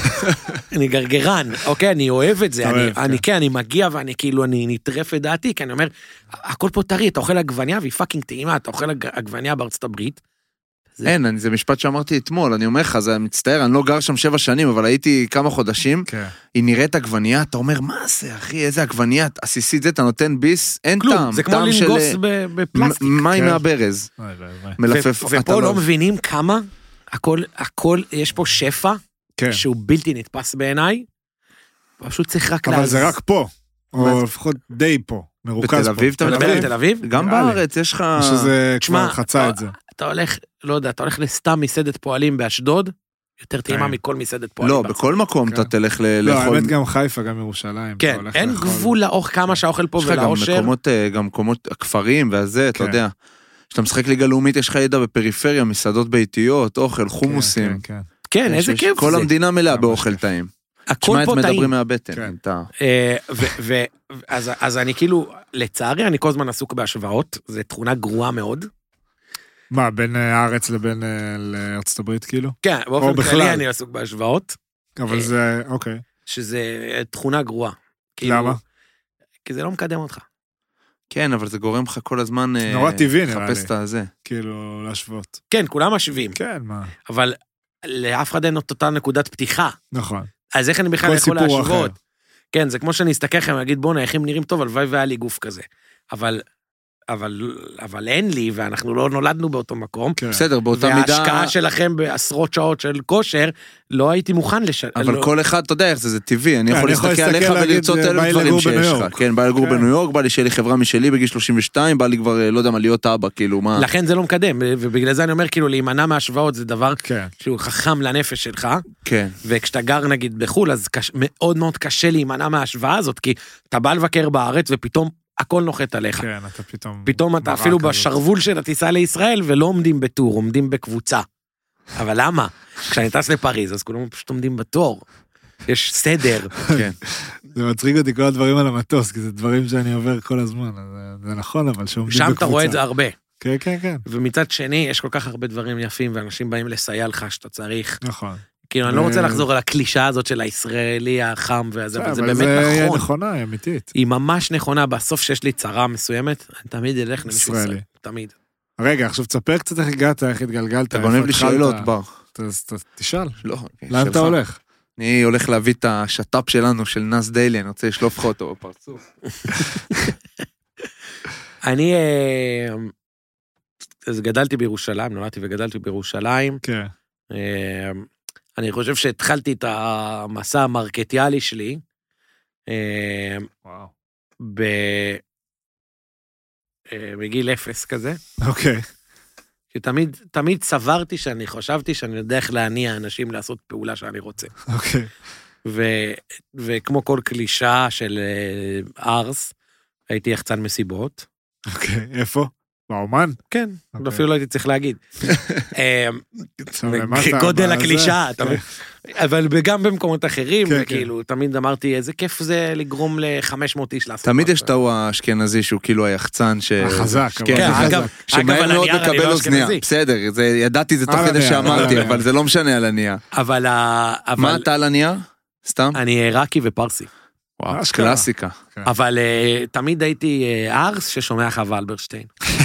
אני גרגרן, אוקיי, אני אוהב את זה, אני, אוהב, אני כן. כן, אני מגיע ואני כאילו, אני נטרף את דעתי, כי אני אומר, הכל פה טרי, אתה אוכל עגבניה והיא פאקינג טעימה, אתה אוכל עגבניה בארצות הברית. אין, אני, זה משפט שאמרתי אתמול, אני אומר לך, זה מצטער, אני לא גר שם שבע שנים, אבל הייתי כמה חודשים, כן. היא נראית עגבניה, אתה אומר, מה זה, אחי, איזה עגבניה, עסיסית זה, אתה נותן ביס, אין כלום, טעם, זה כמו טעם של- לנגוס ב- בפלסטיק. מ- מים כן. מהברז, וואי, וואי, וואי. מלפף, ו- אתה ופה לא מבינים כמה, הכל, הכל, יש פה שפע, כן. שהוא בלתי נתפס בעיניי, פשוט צריך רק אבל להז- זה רק פה, מה או זה? לפחות די פה, מרוכז פה. בתל אביב אתה אתה מדבר על תל אביב? גם נראה לי. בארץ יש לך, או שזה תשמע, כבר חצה את זה. אתה הולך, לא יודע, אתה הולך לסתם מסעדת פועלים באשדוד, יותר טעימה כן. מכל מסעדת פועלים. לא, בארץ. בכל מקום כן. אתה תלך ל- לא, לאכול, האמת גם חיפה, גם ירושלים. אתה כן, הולך אין לאכול. גבול לאוכל כמה שהאוכל פה יש לך גם ולאושר. מקומות, אה, גם מקומות, הכפרים והזה, אתה כן. יודע, כשאתה משחק ליגה לאומית, יש לך ידע בפריפריה, מסעדות ביתיות, אוכל, כן, חומוסים, כן, כן. כן, איזה יש- כיף כל זה. המדינה מלאה ממש באוכל כיף. טעים. הכל תשמע את פה טעים. מדברים מהבטן, כן. אתה... אה, ו- ו- אז- אז אני כאילו, לצערי, אני כל הזמן עסוק בהשוואות, זו תכונה גרועה מאוד. מה, בין אה, הארץ לבין אה, לארצות הברית כאילו? כן, באופן בכלל. כללי אני עסוק בהשוואות, אבל אה, זה, אוקיי. שזה תכונה גרועה. כאילו, למה? כי זה לא מקדם אותך. כן, אבל זה גורם לך כל הזמן... אה, נורא טבעי, נראה לחפש לי. את הזה. כאילו, להשוות. כן, כולם משווים, כן, מה? אבל לאף אחד אין את אותה נקודת פתיחה. נכון. אז איך אני בכלל כל יכול סיפור להשוות? אחר. כן, זה כמו שאני אסתכל לכם ואגיד, בוא'נה, איך הם נראים טוב, הלוואי והיה לי גוף כזה. אבל, אבל, אבל אין לי, ואנחנו לא נולדנו באותו מקום, כן. בסדר, באותה מידה... וההשקעה שלכם בעשרות שעות של כושר, לא הייתי מוכן לש... אבל לא... כל אחד, אתה יודע איך זה, זה טבעי, אני כן, יכול אני יכול להסתכל להסתכל עליך להגיד, ולרצות בא אלף לי דברים לגור שיש בניו לך. יורק. כן, בא לי לגור כן. בניו יורק, בא לי שיהיה לי חברה משלי בגיל שלושים ושתיים, בא לי כבר, לא יודע מה, להיות אבא, כאילו, מה... לכן זה לא מקדם, ובגלל זה אני אומר, כאילו, להימנע מהשוואות זה דבר כן. שהוא חכם לנפש שלך, כן. וכשאתה גר נגיד בחול, אז קש... מאוד מאוד קשה להימנע מההשוואה הזאת, כי אתה בא לבקר בארץ ופתאום הכל נוחת עליך. כן, אתה פתאום... פתאום אתה מראה אפילו כזאת. בשרוול של הטיסה לישראל, ולא עומדים בטור, עומדים בקבוצה. אבל למה? כשאני טס לפריז, אז כולם פשוט עומדים בתור. יש סדר. כן. זה מצחיק אותי כל הדברים על המטוס, כי זה דברים שאני עובר כל הזמן, אז זה- זה נכון, אבל שעומדים שם בקבוצה. אתה רואה את זה הרבה. כן, כן, כן, ומצד שני, יש כל כך הרבה דברים יפים, ואנשים באים לסייע לך שאתה צריך. נכון. כאילו, אני לא רוצה ו- לחזור על הקלישה הזאת של הישראלי החם והזה, אבל זה אבל באמת זה נכון. נכונה, היא אמיתית. היא ממש נכונה, בסוף שיש לי צרה מסוימת, אני תמיד אלך למישהו ישראלי. ישראלי. תמיד. רגע, עכשיו תספר קצת איך הגעת, איך התגלגלת. אתה איפה גונב לי התחלת. שאלות, בר. אז ת- תשאל, לא, לאן שלך. אתה הולך? אני הולך להביא את השטאפ שלנו, של נס דיילי, אני רוצה לשלוף לך אותו בפרצוף. אני, אה, אז גדלתי בירושלים, נולדתי וגדלתי בירושלים. כן. אה, אני חושב שהתחלתי את המסע המרקטיאלי שלי, אה, וואו. ב... אה, בגיל אפס כזה, אוקיי. שתמיד תמיד סברתי שאני חשבתי שאני יודע איך להניע אנשים לעשות פעולה שאני רוצה. אוקיי. ו, וכמו כל קלישה של אה, ארס, הייתי יחצן מסיבות. אוקיי. איפה? באומן? כן, אוקיי. אפילו לא הייתי צריך להגיד. אה, עכשיו, למטה, גודל בזה. הקלישה, אתה כן. מבין? אבל גם במקומות אחרים, כן, וכאילו, תמיד אמרתי, איזה כיף זה לגרום ל-חמש מאות איש לעשות. תמיד משהו. יש את ההוא האשכנזי שהוא כאילו היחצן ש... החזק, כן, אבל כן, החזק. אגב, אגב, שמהר על מאוד הנייר אני מקבל לא אוזניה. אשכנזי. בסדר, זה- ידעתי זה תוך על כדי הנייר, על שאמרתי, הנייר. אבל זה לא משנה על הנייה. אבל ה- מה אבל אתה על הנייה? סתם? אני עיראקי ופרסי. וואו, אשכרה. קלאסיקה. אבל אה, תמיד הייתי אה, ארס ששומע חווה אלברשטיין.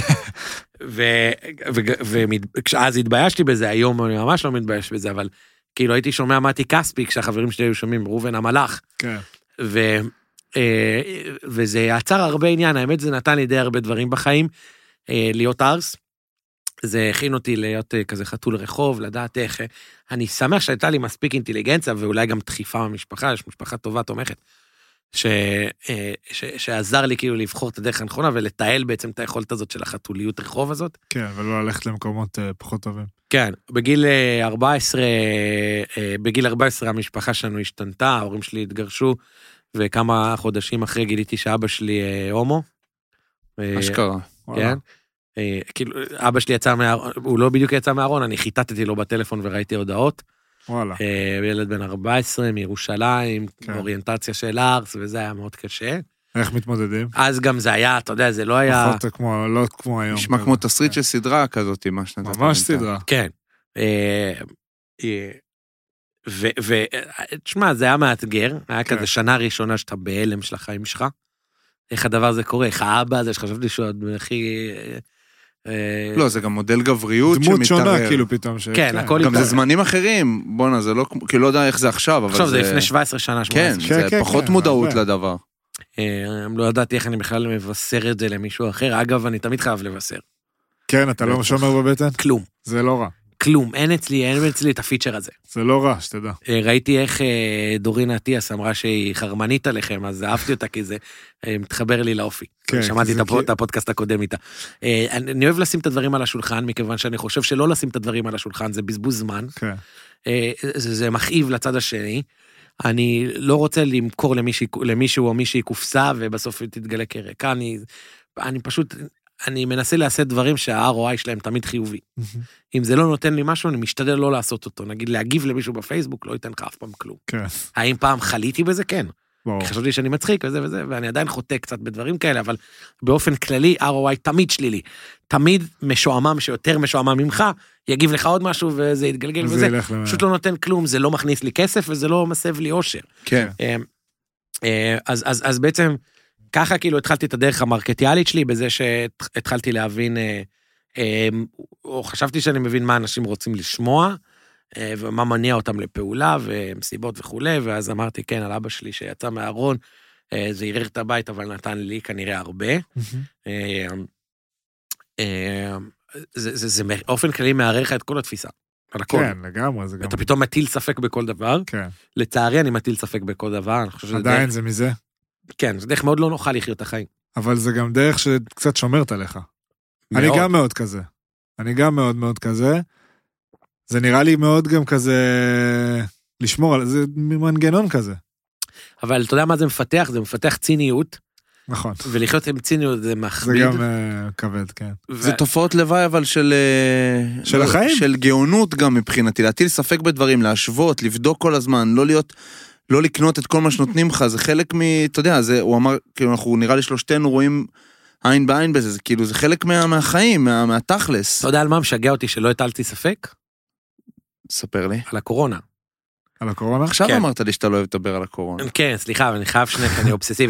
ואז התביישתי בזה, היום אני ממש לא מתבייש בזה, אבל כאילו הייתי שומע מתי כספי, כשהחברים שלי היו שומעים ראובן המלאך, כן. ו- אה, וזה יצר הרבה עניין, האמת זה נתן לי די הרבה דברים בחיים, אה, להיות ארס, זה הכין אותי להיות אה, כזה חתול רחוב, לדעת איך, אה, אני שמח שהייתה לי מספיק אינטליגנציה, ואולי גם דחיפה במשפחה, יש משפחה טובה, תומכת, ש, ש, שעזר לי כאילו לבחור את הדרך הנכונה, ולטייל בעצם את היכולת הזאת של החתוליות רחוב הזאת. כן, ולא ללכת למקומות פחות טובים. כן, בגיל ארבע עשרה, בגיל ארבע עשרה המשפחה שלנו השתנתה, ההורים שלי התגרשו, וכמה חודשים אחרי גיליתי שאבא שלי הומו. אשכרה. כן. כאילו, אבא שלי יצא מהארון, הוא לא בדיוק יצא מהארון, אני חיטטתי לו בטלפון וראיתי הודעות. וואלה. ילד בן ארבע עשרה מירושלים, אוריינטציה של ארץ, וזה היה מאוד קשה. איך מתמודדים? אז גם זה היה, אתה יודע, זה לא היה... פחות כמו, לא כמו היום. נשמע כמו תסריט של סדרה כזאת, מה שנתת. ממש סדרה. כן. ותשמע, זה היה מאתגר, היה כזה שנה ראשונה שאתה בהלם של החיים שלך. איך הדבר הזה קורה, איך האבא הזה, שחשבתי שהוא הכי... לא, זה גם מודל גבריות שמתערר. דמות שונה, כאילו פתאום. כן, הכל... גם זה זמנים אחרים, בוא'נה, זה לא... כאילו לא יודע איך זה עכשיו, אבל זה... עכשיו זה לפני שבע עשרה שנה, שמונה עשרה. כן, זה פחות מודעות לדבר. לא ידעתי איך אני בכלל מבשר את זה למישהו אחר, אגב, אני תמיד חייב לבשר. כן, אתה לא שומר בבטן? כלום. זה לא רע. כלום, אין אצלי, אין אצלי את הפיצ'ר הזה. זה לא רע, שתדע. ראיתי איך דורינה אטיאס אמרה שהיא חרמנית עליכם, אז אהבתי אותה כי זה מתחבר לי לאופי. שמעתי את הפודקאסט הקודם איתה. אני אוהב לשים את הדברים על השולחן, מכיוון שאני חושב שלא לשים את הדברים על השולחן, זה בזבוז זמן. זה מכאיב לצד השני. אני לא רוצה למכור למישהו או מישהי קופסה, ובסוף תתגלה כרקע. אני פשוט... אני מנסה לעשות דברים שה-אר או איי שלהם תמיד חיובי. אם זה לא נותן לי משהו, אני משתדל לא לעשות אותו. נגיד, להגיב למישהו בפייסבוק, לא ייתן לך אף פעם כלום. האם פעם חליתי בזה? כן. חשבתי שאני מצחיק וזה וזה, ואני עדיין חוטא קצת בדברים כאלה, אבל באופן כללי, אר או איי תמיד שלילי. תמיד משועמם שיותר משועמם ממך, יגיב לך עוד משהו וזה יתגלגל וזה. פשוט לא נותן כלום, זה לא מכניס לי כסף וזה לא מסב לי אושר. כן. אז, אז, אז בעצם, ככה כאילו התחלתי את הדרך המרקטיאלית שלי, בזה שהתחלתי להבין, או חשבתי שאני מבין מה אנשים רוצים לשמוע, ומה מניע אותם לפעולה, ומסיבות וכו', ואז אמרתי, כן, על אבא שלי שיצא מהארון, זה עירר את הבית, אבל נתן לי כנראה הרבה. זה באופן כללי מערער לך את כל התפיסה. על הכל. כן, לגמרי. אתה פתאום מטיל ספק בכל דבר. כן. לצערי אני מטיל ספק בכל דבר. עדיין זה מזה. כן, זה דרך מאוד לא נוכל לחיות את החיים. אבל זה גם דרך שקצת שומרת עליך. אני גם מאוד כזה. אני גם מאוד מאוד כזה. זה נראה לי מאוד גם כזה, לשמור על זה, מנגנון כזה. אבל אתה יודע מה זה מפתח? זה מפתח ציניות. נכון. ולחיות עם ציניות זה מכביד. זה גם uh, כבד, כן. ו... זה תופעות לוואי, אבל של... של לא, החיים? של גאונות גם מבחינתי, להטיל ספק בדברים, להשוות, לבדוק כל הזמן, לא להיות... לא לקנות את כל מה שנותנים לך, זה חלק מ... אתה יודע, זה, הוא אמר, כאילו, אנחנו נראה לי שלושתנו רואים עין בעין בזה, זה כאילו, זה חלק מה, מהחיים, מה, מהתכלס. אתה יודע על מה משגע אותי שלא הטלתי ספק? ספר לי. על הקורונה. על הקורונה? עכשיו כן. אמרת לי שאתה לא אוהב לדבר על הקורונה. כן, סליחה, אבל אני חייב שני, אני אובססיבי.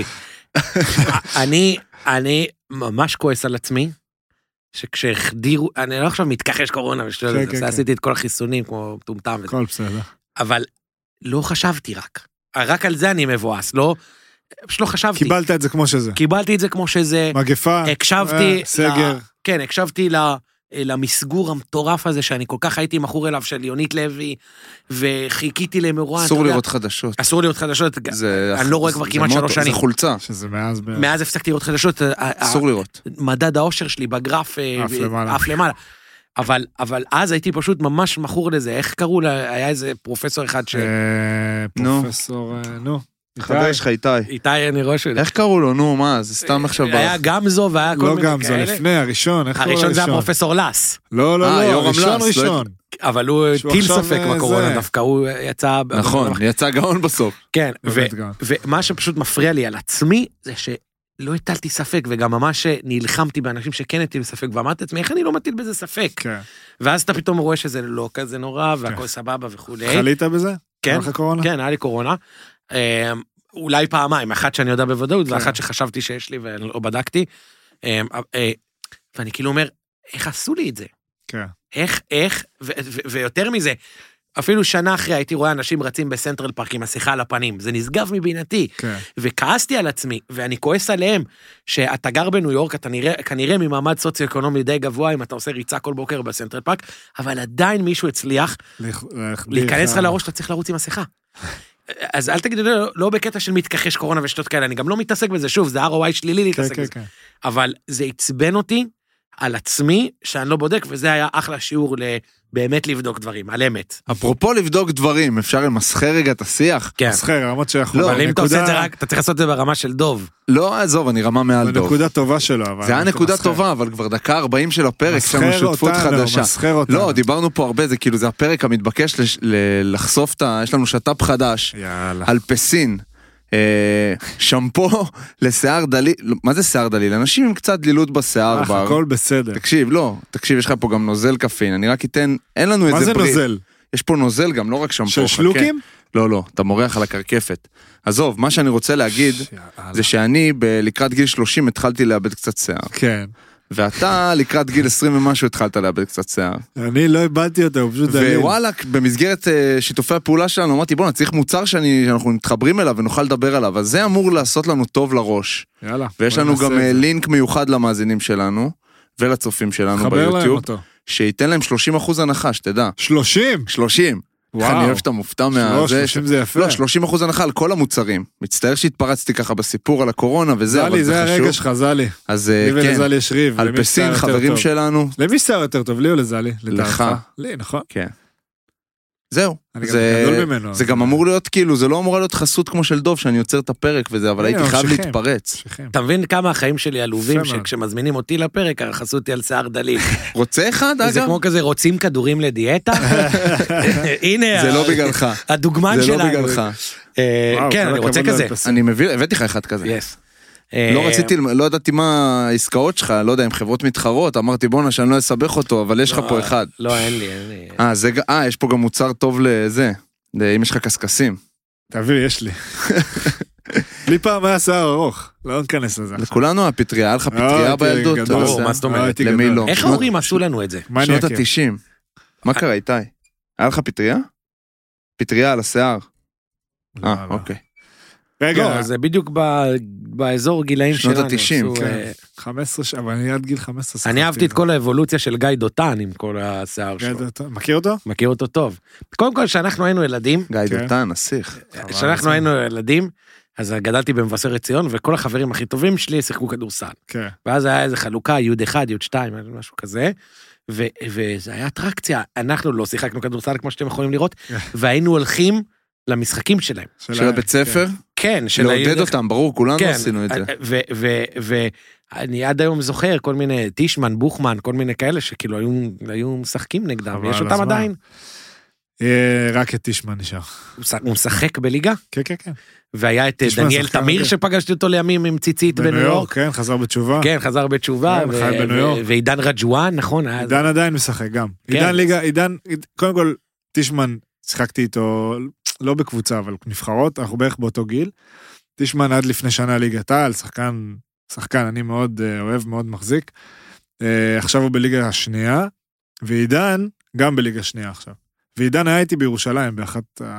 אני, אני ממש כועס על עצמי, שכשהחדירו, אני לא עכשיו מתכחש קורונה, ושאלה, כן, כן, עשיתי כן. את כל החיסונים, כמו טומטם. כל בסדר. אבל לא חשבתי רק. רק על זה אני מבואס, לא, פשוט לא חשבתי. קיבלת את זה כמו שזה. קיבלתי את זה כמו שזה. מגפה, הקשבתי, אה, סגר. לה, כן, הקשבתי לה, למסגור המטורף הזה, שאני כל כך הייתי מכור אליו, של יונית לוי, וחיכיתי למרואן. אסור לראות חדשות. אסור לראות חדשות, אני לא רואה כבר כמעט שלוש שנים. זה חולצה. שזה מאז... מאז הפסקתי לראות חדשות. אסור לראות. מדד האושר שלי בגרף, אף למעלה. אבל, אבל אז הייתי פשוט ממש מכור לזה, איך קראו לה, היה איזה פרופסור אחד ש... פרופסור, נו. חבר שלך איתי. איתי אני רואה שלי. איך קראו לו, נו, מה, זה סתם עכשיו... היה גמזו והיה כל מיני כאלה. לא גמזו, לפני, הראשון, איך קראו הראשון זה הפרופסור לס. לא, לא, לא, ראשון ראשון. אבל הוא טיל ספק בקורונה, דווקא הוא יצא... נכון, יצא גאון בסוף. כן, ומה שפשוט מפריע לי על עצמי, זה ש... לא הטלתי ספק, וגם ממש נלחמתי באנשים שכן הטיל ספק, ואמרתי לעצמי, איך אני לא מטיל בזה ספק? כן. ואז אתה פתאום רואה שזה לא כזה נורא, והכל סבבה וכו'. חלית בזה? כן, כן, היה לי קורונה. אולי פעמיים, אחת שאני יודע בוודאות, ואחת שחשבתי שיש לי ולא בדקתי. ואני כאילו אומר, איך עשו לי את זה? כן. איך, איך, ויותר מזה, אפילו שנה אחרי הייתי רואה אנשים רצים בסנטרל פארק עם השיחה על הפנים, זה נשגב מבינתי, כן. וכעסתי על עצמי, ואני כועס עליהם, שאתה גר בניו יורק, אתה נראה, כנראה ממעמד סוציו-אקונומי די גבוה, אם אתה עושה ריצה כל בוקר בסנטרל פארק, אבל עדיין מישהו הצליח, להיכנס לך לראש, אתה צריך לרוץ עם השיחה. אז אל תגידו, לא בקטע של מתכחש קורונה ושטות כאלה, אני גם לא מתעסק בזה, שוב, זה אר או איי שלילי להתעסק בזה. אבל זה עצבן אותי על עצמי, שאני לא בודק, וזה היה אחלה שיעור באמת לבדוק דברים, על אמת. אפרופו לבדוק דברים, אפשר למסחר רגע את השיח? כן. מסחר, רמות שיכול. אבל אם אתה עושה את זה רק, אתה צריך לעשות את זה ברמה של דוב. לא, עזוב, אני רמה מעל דוב. זה נקודה טובה שלו. זה היה נקודה טובה, אבל כבר דקה ארבעים של הפרק, יש לנו שותפות חדשה. מסחר אותנו. לא, דיברנו פה הרבה, זה כאילו, זה הפרק המתבקש לחשוף את ה... יש לנו שטאפ חדש, על פסין. שמפו לשיער דליל, מה זה שיער דליל? אנשים עם קצת דלילות בשיער. הכל בסדר. תקשיב, לא, תקשיב, יש לך פה גם נוזל קפין, אני רק אתן, אין לנו איזה בריא. מה זה נוזל? יש פה נוזל גם, לא רק שמפו. של שלוקים? לא, לא, אתה מורח על הקרקפת. עזוב, מה שאני רוצה להגיד, זה שאני לקראת גיל שלושים התחלתי לאבד קצת שיער. כן. ואתה לקראת גיל עשרים ומשהו התחלת לאבד קצת שיער. אני לא איבדתי אותו, הוא פשוט דליל. ווואלה, במסגרת שיתופי הפעולה שלנו, אמרתי, בוא, נצריך מוצר שאנחנו מתחברים אליו ונוכל לדבר עליו, אז זה אמור לעשות לנו טוב לראש. יאללה. ויש לנו גם לינק מיוחד למאזינים שלנו, ולצופים שלנו ביוטיוב, שייתן להם שלושים אחוז הנחה, שתדע. שלושים? שלושים. אני אוהב שאתה מופתע מה... שלושים זה יפה. לא, שלושים אחוז הנחה על כל המוצרים. מצטער שהתפרצתי ככה בסיפור על הקורונה וזה, אבל זה חשוב. זלי, זה הרגע שלך, זלי. אז כן. לי ולזלי יש ריב. על פסין, חברים שלנו. למי שיער יותר טוב, לי או לזלי? לך. לי, נכון. כן. זהו. אני גם גדול ממנו. זה גם אמור להיות כאילו, זה לא אמור להיות חסות כמו של דוב, שאני יוצר את הפרק וזה, אבל הייתי חייב להתפרץ. אתה מבין כמה החיים שלי עלובים, שכשמזמינים אותי לפרק, החסות היא על שיער דליל. רוצה אחד, אגב? זה כמו כזה, רוצים כדורים לדיאטה? הנה, זה לא בגללך. הדוגמן שלנו. זה לא בגללך. כן, אני רוצה כזה. אני מביא, הבאתי לך אחד כזה. לא רציתי, לא ידעתי מה העסקאות שלך, לא יודע, עם חברות מתחרות, אמרתי בונה שאני לא אסבך אותו, אבל יש לך פה אחד. לא, אין לי, אין לי. אה, זה, אה, יש פה גם מוצר טוב לזה, אם יש לך קסקסים. תביא, יש לי. לי פעם היה שיער ארוך, לא נכנס לזה. לכולנו הפטריה, היה לך פטריה בילדות. מה זאת אומרת? למי לא? איך ההורים עשו לנו את זה? שנות ה-תשעים. מה קרה, איתי? היה לך פטריה? פטריה על השיער. אה, אוקיי. רגע, זה בדיוק באזור גילאים שלנו. שנות ה-תשעים, כן. חמש עשרה, אבל אני עד גיל חמש עשרה. אני אהבתי את כל האבולוציה של גיא דותן עם כל השיער שלו. מכיר אותו? מכיר אותו טוב. קודם כל, כשאנחנו היינו ילדים... גיא דותן, נסיך. כשאנחנו היינו ילדים, אז גדלתי במבשרת ציון, וכל החברים הכי טובים שלי שיחקו כדורסל. ואז היה איזו חלוקה, יוד אחד, יוד שתיים, משהו כזה. וזה היה אטרקציה. אנחנו לא שיחקנו כדורסל, כמו שאתם יכולים לראות, והיינו הולכים למשחקים שלהם. של הבית ספר? כן. לעודד אותם, ברור, כולנו עשינו את זה. ואני עד היום זוכר כל מיני טישמן, בוכמן, כל מיני כאלה שכאילו היו משחקים נגדם, ויש אותם עדיין. רק את טישמן נשאר. הוא משחק בליגה? כן, כן, כן. והיה את דניאל תמיר שפגשתי אותו לימים עם ציצית בניו יורק. כן, חזר בתשובה. כן, חזר בתשובה. ועידן רג'ואן, נכון? עידן עדיין משחק גם. עידן ליגה, עידן, קודם כל, טישמן, שיחקתי איתו, לא בקבוצה, אבל נבחרות, אנחנו בערך באותו גיל. טישמן עד לפני שנה ליגת העל, שחקן, שחקן, אני מאוד אוהב, מאוד מחזיק. עכשיו הוא בליגה השנייה, ועידן גם בליגה השנייה עכשיו. ועידן היה איתי בירושלים, באחד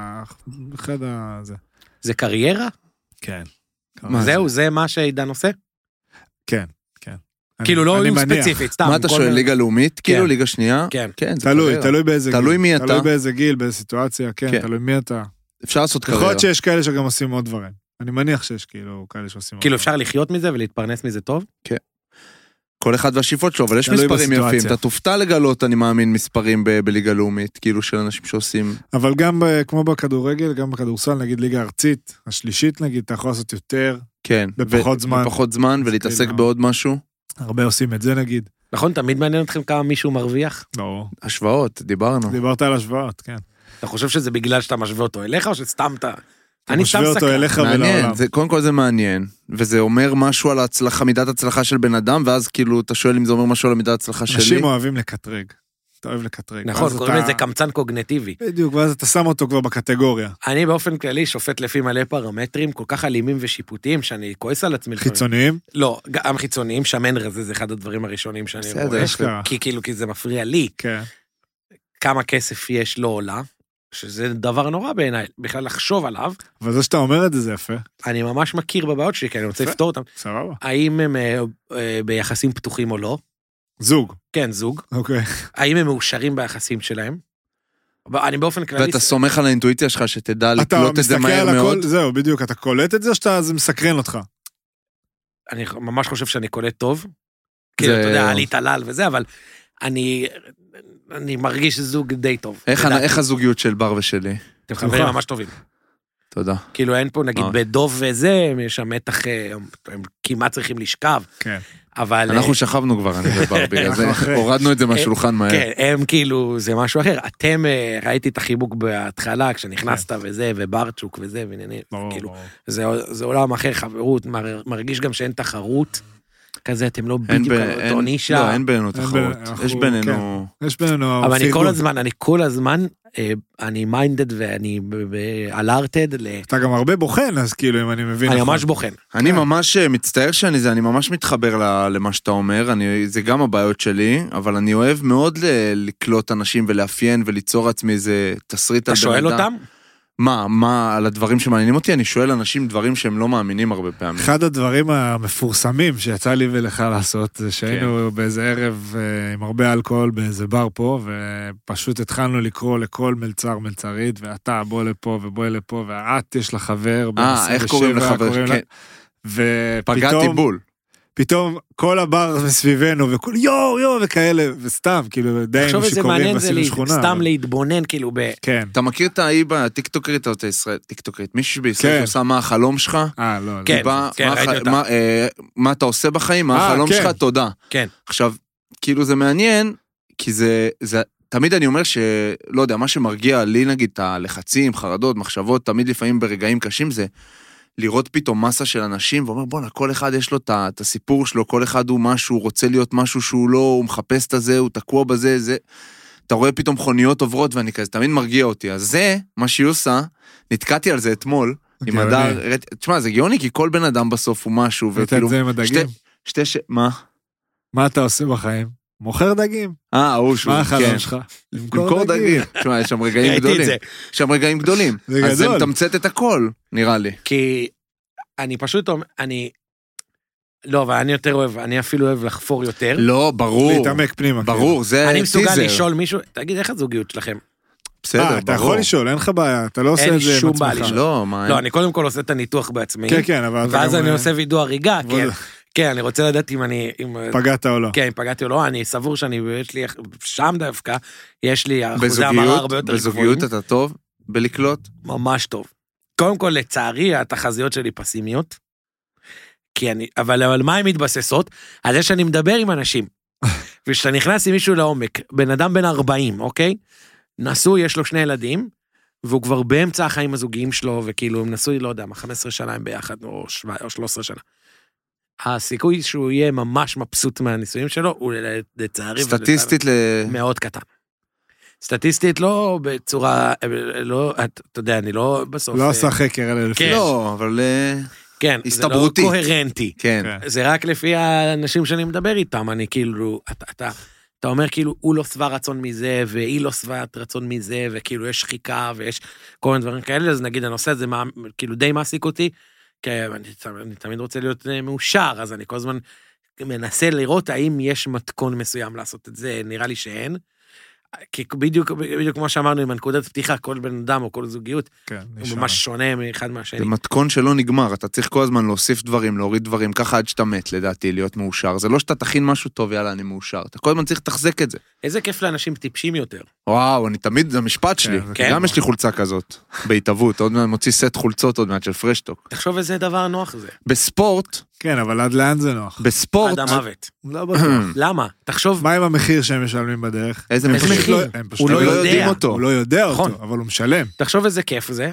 הזה. זה קריירה? כן. זהו, זה מה שעידן עושה? כן, כן. כאילו לא היו ספציפית, סתם. מה אתה שואל, ליגה לאומית? כאילו ליגה שנייה? כן. תלוי, תלוי באיזה גיל. תלוי מי אתה. תלוי באיזה גיל, באיזה סיטואציה, כן, תלוי מי אתה. אפשר לעשות קריירה. יכול להיות שיש כאלה שגם עושים עוד דברים. אני מניח שיש כאילו כאלה שעושים עוד דברים. כאילו אפשר לחיות מזה ולהתפרנס מזה טוב? כן. כל אחד והשאיפות שלו, אבל יש מספרים יפים. אתה תופתע לגלות, אני מאמין, מספרים בליגה לאומית, כאילו של אנשים שעושים... אבל גם כמו בכדורגל, גם בכדורסל, נגיד ליגה ארצית, השלישית נגיד, אתה יכול לעשות יותר, כן, בפחות זמן. בפחות זמן, ולהתעסק בעוד משהו. הרבה עושים את זה נגיד. נכון, תמיד מעניין אתכם כמה מישהו מרוויח? לא. השוואות, דיברנו. דיברת על השוואות, כן. אתה חושב שזה בגלל שאתה משווה אותו אליך, או שסתם אתה... אני משווה אותו אליך ולעולם. קודם כל זה מעניין, וזה אומר משהו על ההצלחה, מידת הצלחה של בן אדם, ואז כאילו אתה שואל אם זה אומר משהו על מידת הצלחה שלי. אנשים אוהבים לקטרג. אתה אוהב לקטרג. נכון, קוראים לזה קמצן קוגנטיבי. בדיוק, ואז אתה שם אותו כבר בקטגוריה. אני באופן כללי שופט לפי מלא פרמטרים, כל כך אלימים ושיפוטיים, שאני כועס על עצמי. חיצוניים? לא, גם חיצוניים, שמן רזה, זה אחד הדברים הראשונים שאני רואה. כי כאילו, כי זה מפריע לי. כמה כסף יש לא עולה. שזה דבר נורא בעיניי, בכלל לחשוב עליו. אבל זה שאתה אומר את זה, זה יפה. אני ממש מכיר בבעיות שלי, כי אני רוצה לפתור אותם. סבבה. האם הם ביחסים פתוחים או לא? זוג. כן, זוג. אוקיי. האם הם מאושרים ביחסים שלהם? אני באופן כללי... ואתה סומך על האינטואיציה שלך שתדע לקלוט את זה מהר מאוד. זהו, בדיוק, אתה קולט את זה, שאתה, זה מסקרן אותך. אני ממש חושב שאני קולט טוב. כאילו, אתה יודע, עלית עלל וזה, אבל אני, אני מרגיש זוג די טוב. איך הזוגיות של בר ושלי? אתם חברים ממש טובים. תודה. כאילו אין פה, נגיד, בדוב וזה, יש שם מתח, הם כמעט צריכים לשכב. כן. אבל... אנחנו שכבנו כבר, אני ובר, בגלל זה הורדנו את זה מהשולחן מהר. כן, הם כאילו, זה משהו אחר. אתם, ראיתי את החיבוק בהתחלה, כשנכנסת וזה, וברצ'וק וזה, ועניינים, כאילו, זה עולם אחר, חברות, מרגיש גם שאין תחרות, כזה, אתם לא בדיוק על אותו נישה. לא, אין בינינו תחרות. יש בינינו... יש בינינו... אבל אני כל הזמן, אני כל הזמן, אני מיינדד ואני אלרטד. אתה גם הרבה בוחן, אז כאילו, אם אני מבין... אני ממש בוחן. אני ממש מצטער שאני זה, אני ממש מתחבר למה שאתה אומר, זה גם הבעיות שלי, אבל אני אוהב מאוד לקלוט אנשים ולאפיין וליצור עצמי איזה תסריט. אתה שואל אותם? מה, מה, על הדברים שמעניינים אותי, אני שואל אנשים דברים שהם לא מאמינים הרבה פעמים. אחד הדברים המפורסמים שיצא לי ולך לעשות, זה שהיינו באיזה ערב עם הרבה אלכוהול באיזה בר פה, ופשוט התחלנו לקרוא לכל מלצר מלצרית, ואתה בוא לפה ובוא לפה, ואת יש לה חבר, אה, איך קוראים לחבר? פגעתי בול. פתאום כל הבר מסביבנו, וכול יו יו וכאלה, וסתם, כאילו, די היינו שקוראים ועשינו שכונה. סתם להתבונן, כאילו, ב... כן. אתה מכיר את האי בטיקטוקרית, או את הישראל, טיקטוקרית, מישהו שבישראל עושה מה החלום שלך? אה, לא. כן, כן, ראיתי אותה. מה אתה עושה בחיים, מה החלום שלך, תודה. כן. עכשיו, כאילו זה מעניין, כי זה, תמיד אני אומר שלא יודע, מה שמרגיע לי, נגיד, את הלחצים, חרדות, מחשבות, תמיד לפעמים ברגעים קשים זה, לראות פתאום מסה של אנשים, ואומר, בוא, כל אחד יש לו את הסיפור שלו, כל אחד הוא משהו, הוא רוצה להיות משהו שהוא לא, הוא מחפש את הזה, הוא תקוע בזה, זה, אתה רואה פתאום חוניות עוברות, ואני כזה, תמיד מרגיע אותי, אז זה, מה שהיא עושה, נתקעתי על זה אתמול, עם הדר, תשמע, זה גיוני, כי כל בן אדם בסוף הוא משהו, וכאילו, שתי ש... מה? מה אתה עושה בחיים? מוכר דגים. אה, הוא שהוא, מה החלום שלך? למכור דגים. תשמע, יש שם רגעים גדולים. יש שם רגעים גדולים. אז זה מתמצאת את הכל, נראה לי. כי אני פשוט, אני, לא, אבל אני יותר אוהב, אני אפילו אוהב לחפור יותר. לא, ברור. להתעמק פנימה. ברור, זה טיזר. אני מסוגל לשאול מישהו, תגיד, איך הזוגיות שלכם? בסדר, ברור. אתה יכול לשאול, אין לך בעיה, אתה לא עושה את זה עם עצמך. לא, מה? לא, אני קודם כל עושה את הניתוח בעצמי. כן, כן, אבל ואז אני עושה וידאו הריגה, כן. כן, אני רוצה לדעת אם אני... פגעת או לא. כן, פגעתי או לא, אני סבור שאני, יש לי, שם דווקא, יש לי אחוזי המרה הרבה יותר גבוהים. בזוגיות אתה טוב? בלקלוט? ממש טוב. קודם כל, לצערי, התחזיות שלי פסימיות, כי אני, אבל, אבל מה הן מתבססות? על זה שאני מדבר עם אנשים, ושאתה נכנס עם מישהו לעומק, בן אדם בן ארבעים, אוקיי? נשוי, יש לו שני ילדים, והוא כבר באמצע החיים הזוגיים שלו, וכאילו, הם נשוי, לא יודע, חמש עשרה שנה הם ביחד, או שלוש עשרה שנה. הסיכוי שהוא יהיה ממש מבסוט מהניסויים שלו, הוא לצערי... סטטיסטית ל... מאוד קטן. סטטיסטית לא בצורה, לא, אתה יודע, אני לא בסוף... לא עושה חקר על אלפים. לא, אבל... כן, זה לא קוהרנטי. כן. זה רק לפי האנשים שאני מדבר איתם, אני כאילו, אתה, אתה אומר כאילו, הוא לא שבע רצון מזה, והיא לא שבעת רצון מזה, וכאילו יש שחיקה, ויש כל מיני דברים כאלה, אז נגיד, הנושא הזה כאילו די מעסיק אותי, כי אני, אני תמיד רוצה להיות מאושר, אז אני כל הזמן מנסה לראות האם יש מתכון מסוים לעשות את זה, נראה לי שאין, כי בדיוק, בדיוק כמו שאמרנו, עם הנקודת פתיחה, כל בן אדם או כל זוגיות, כן, הוא ממש שונה מאחד מהשני. זה מתכון שלא נגמר, אתה צריך כל הזמן להוסיף דברים, להוריד דברים, ככה עד שאתה מת, לדעתי, להיות מאושר. זה לא שאתה תכין משהו טוב, יאללה, אני מאושר. אתה כל הזמן צריך לתחזק את זה. איזה כיף לאנשים טיפשים יותר. וואו, אני תמיד, זה המשפט שלי. כן, גם יש לי חולצה כזאת, בהתאבות, עוד מעט מוציא סט חולצות, עוד מעט של פרשטוק. תחשוב איזה דבר נוח זה. בספורט, כן, אבל עד לאן זה נוח? בספורט, עד המוות. לא בטוח. למה? תחשוב... מה עם המחיר שהם משלמים בדרך? איזה מחיר? הוא לא יודע אותו. הוא לא יודע אותו, אבל הוא משלם. תחשוב איזה כיף זה,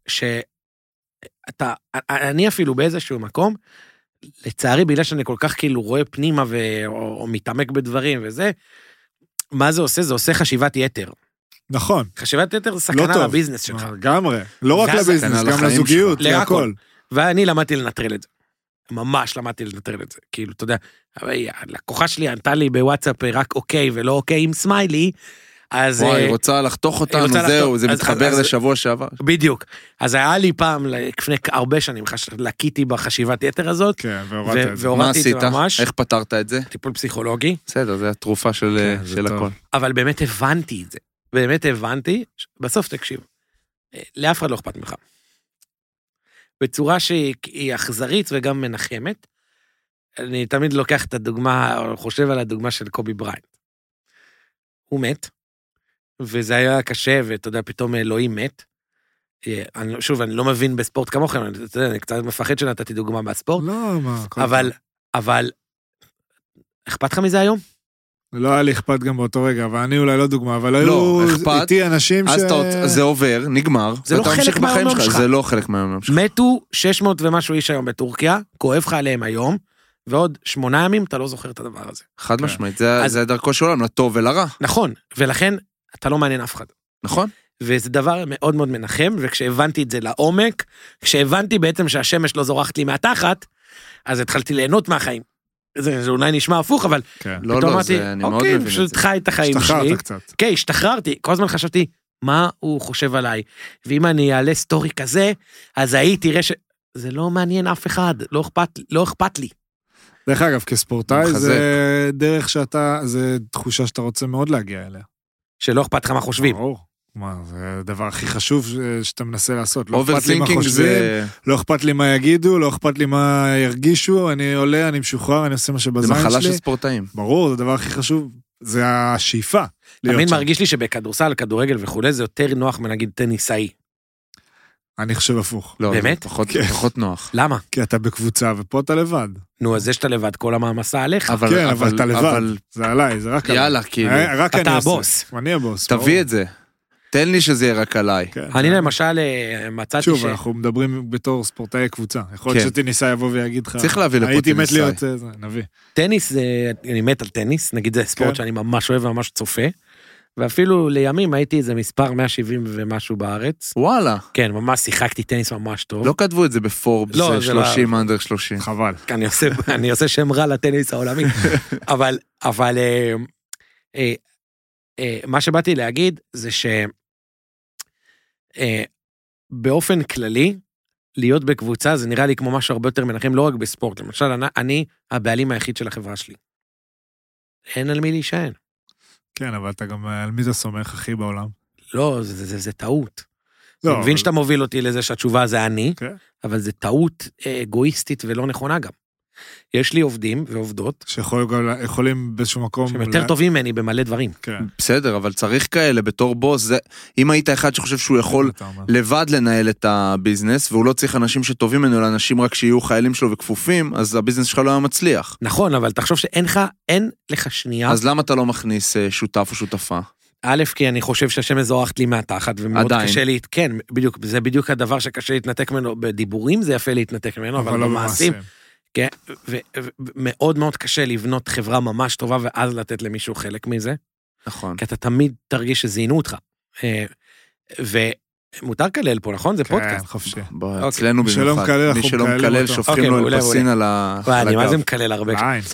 שאתה, אני אפילו באיזשהו מקום, לצערי, בגלל שאני כל כך כאילו רואה פנימה או מתעמק בדברים וזה, מה זה עושה? זה עושה חשיבת יתר. נכון. חשיבת יתר זה סכנה לביזנס שלך. גמרי. לא רק לביזנס, גם לזוגיות, להכל. ואני למדתי לנטרל את זה. ממש למדתי לנטרל את זה. כאילו, אתה יודע, לקוחה שלי ענתה לי בוואטסאפ רק אוקיי ולא אוקיי עם סמיילי, אז... וואי, היא רוצה לחתוך אותנו, זהו, זה מתחבר לשבוע שעבר. בדיוק. אז היה לי פעם, לפני הרבה שנים, לקיתי בחשיבת יתר הזאת, כן, והורדתי את זה. מה עשית? איך פתרת את זה? טיפול פסיכולוגי. בסדר, זה התרופה של הכל. אבל באמת הבנתי את זה. באמת הבנתי, בסוף תקשיב, לאף אחד לא אכפת ממך. בצורה שהיא אכזרית וגם מנחמת, אני תמיד לוקח את הדוגמה, או חושב על הדוגמה של קובי בריינט. הוא מת, וזה היה קשה, ואתה יודע, פתאום אלוהים מת. אני, שוב, אני לא מבין בספורט כמוכם, אני, אני קצת מפחד שנתתי דוגמה בספורט. לא, מה? אבל, אבל, אכפת לך מזה היום? לא היה לי אכפת גם באותו רגע, אבל אני אולי לא דוגמה, אבל היו איתי אנשים ש... אז זה עובר, נגמר. זה לא חלק מהיום שלך. זה לא חלק מהיום שלך. מתו שש מאות ומשהו איש היום בטורקיה, כואב לך עליהם היום, ועוד שמונה ימים אתה לא זוכר את הדבר הזה. חד משמעית, זה דרכו של עולם, לטוב ולרע. נכון, ולכן אתה לא מעניין אף אחד. נכון. וזה דבר מאוד מאוד מנחם, וכשהבנתי את זה לעומק, כשהבנתי בעצם שהשמש לא זורחת לי מהתחת, אז התחלתי ליהנות מהחיים. זה, זה אולי נשמע הפוך, אבל כן. לא, לא, זה, אני מאוד מבין את זה. פשוט חי את החיים שלי. השתחררת קצת. כן, השתחררתי. כל הזמן חשבתי, מה הוא חושב עליי? ואם אני אעלה סטורי כזה, אז היי, תראה ש... זה לא מעניין אף אחד, לא אכפת, לא אכפת לי. דרך אגב, כספורטאי, זה דרך שאתה, זה תחושה שאתה רוצה מאוד להגיע אליה. שלא אכפת לך מה חושבים. ברור. מה, זה הדבר הכי חשוב שאתה מנסה לעשות. לא אכפת לי מה חושבים, לא אכפת לי מה יגידו, לא אכפת לי מה ירגישו, אני עולה, אני משוחרר, אני עושה מה שבזין שלי. זה מחלה של ספורטאים. ברור, זה הדבר הכי חשוב, זה השאיפה. תמיד מרגיש לי שבכדורסל, כדורגל וכולי, זה יותר נוח מנגיד טניסאי. אני חושב הפוך. באמת? פחות נוח. למה? כי אתה בקבוצה ופה אתה לבד. נו, אז זה שאתה לבד, כל המעמסה עליך. כן, אבל אתה לבד. זה עליי, זה רק עליי. יאללה, כאילו. אתה הבוס. אני הבוס. תביא את זה. תן לי שזה יהיה רק עליי. אני למשל מצאתי ש... שוב, אנחנו מדברים בתור ספורטאי קבוצה. יכול להיות שטניסאי יבוא ויגיד לך... צריך להביא לפה הייתי מת להיות... נביא. טניס, אני מת על טניס, נגיד זה ספורט שאני ממש אוהב וממש צופה, ואפילו לימים הייתי איזה מספר מאה שבעים ומשהו בארץ. וואלה. כן, ממש שיחקתי טניס ממש טוב. לא כתבו את זה בפורבס שלושים אנדר שלושים. חבל. אני עושה שם רע לטניס העולמי. אבל, אבל... מה שבאתי להגיד זה ש... באופן כללי, להיות בקבוצה זה נראה לי כמו משהו הרבה יותר מנחם, לא רק בספורט. למשל, אני הבעלים היחיד של החברה שלי. אין על מי להישען. כן, אבל אתה גם על מי אתה סומך הכי בעולם? לא, זה, זה, זה טעות. לא, אני מבין אבל... שאתה מוביל אותי לזה שהתשובה זה אני, okay. אבל זה טעות אגואיסטית ולא נכונה גם. יש לי עובדים ועובדות. שיכולים באיזשהו מקום... שהם יותר טובים ממני במלא דברים. בסדר, אבל צריך כאלה בתור בוס, אם היית אחד שחושב שהוא יכול לבד לנהל את הביזנס, והוא לא צריך אנשים שטובים ממנו, אלא אנשים רק שיהיו חיילים שלו וכפופים, אז הביזנס שלך לא היה מצליח. נכון, אבל תחשוב שאין לך, אין לך שנייה. אז למה אתה לא מכניס שותף או שותפה? א', כי אני חושב שהשם זורחת לי מהתחת, ומאוד קשה לי, כן, בדיוק, זה בדיוק הדבר שקשה להתנתק ממנו, בדיבורים זה יפה להתנתק ממנו, אבל במעשים. כן, ומאוד מאוד קשה לבנות חברה ממש טובה, ואז לתת למישהו חלק מזה. נכון. כי אתה תמיד תרגיש שזיינו אותך. ומותר קלל פה, נכון? זה פודקאסט. כן, חופשי. אצלנו במיוחד. מי שלא מקלל, שופכים לו אל פסין על הגב. אני מה זה מקלל הרבה.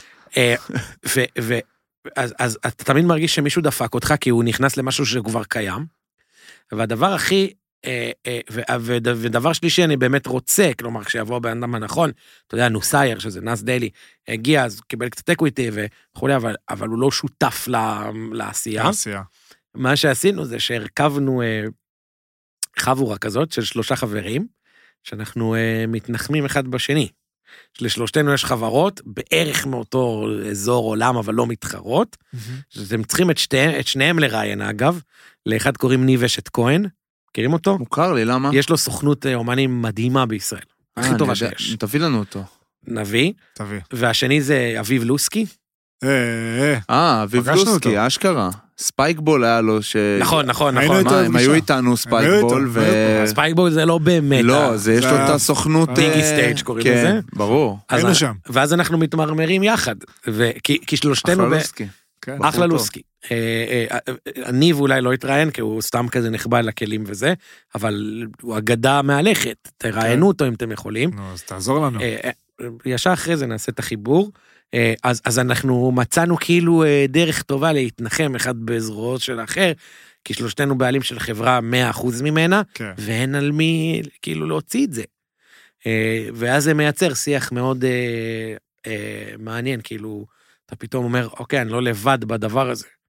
אז אתה תמיד מרגיש שמישהו דפק אותך, כי הוא נכנס למשהו שכבר קיים. והדבר הכי... ודבר שלישי אני באמת רוצה, כלומר כשיבוא באדם הנכון, אתה יודע, נוסייר, שזה נס דיילי, הגיע, אז קיבל קצת אקוויטי וכולי, אבל, אבל הוא לא שותף לעשייה. מה שעשינו זה שהרכבנו חבורה כזאת של שלושה חברים, שאנחנו מתנחמים אחד בשני. לשלושתנו יש חברות, בערך מאותו אזור עולם, אבל לא מתחרות, אתם צריכים את, שתי, את שניהם לראיין, אגב, לאחד קוראים ניב אשת כהן, מכירים אותו? מוכר לי, למה? יש לו סוכנות אומנים מדהימה בישראל. הכי טובה שיש. תביא לנו אותו. נביא. תביא. והשני זה אביב לוסקי. אה, אה. אה, אביב לוסקי, אשכרה. ספייקבול היה לו ש... נכון, נכון, נכון. מה, הם היו איתנו ספייקבול ו... ספייקבול זה לא באמת. לא, זה יש לו את הסוכנות... דיגי סטייג' קוראים לזה. כן, ברור. היינו שם. ואז אנחנו מתמרמרים יחד. כי שלושתנו... אחלה לוסקי. אחלה לוסקי. ניב אולי לא התראיין, כי הוא סתם כזה נחבא לכלים וזה, אבל הוא אגדה מהלכת, תראיינו אותו אם אתם יכולים. נו, אז תעזור לנו. ישר אחרי זה נעשה את החיבור, אז, אז אנחנו מצאנו כאילו דרך טובה להתנחם אחד בזרועות של האחר, כי שלושתנו בעלים של חברה מאה אחוז ממנה, כן. ואין על מי כאילו להוציא את זה. ואז זה מייצר שיח מאוד מעניין, כאילו, אתה פתאום אומר, אוקיי, אני לא לבד בדבר הזה.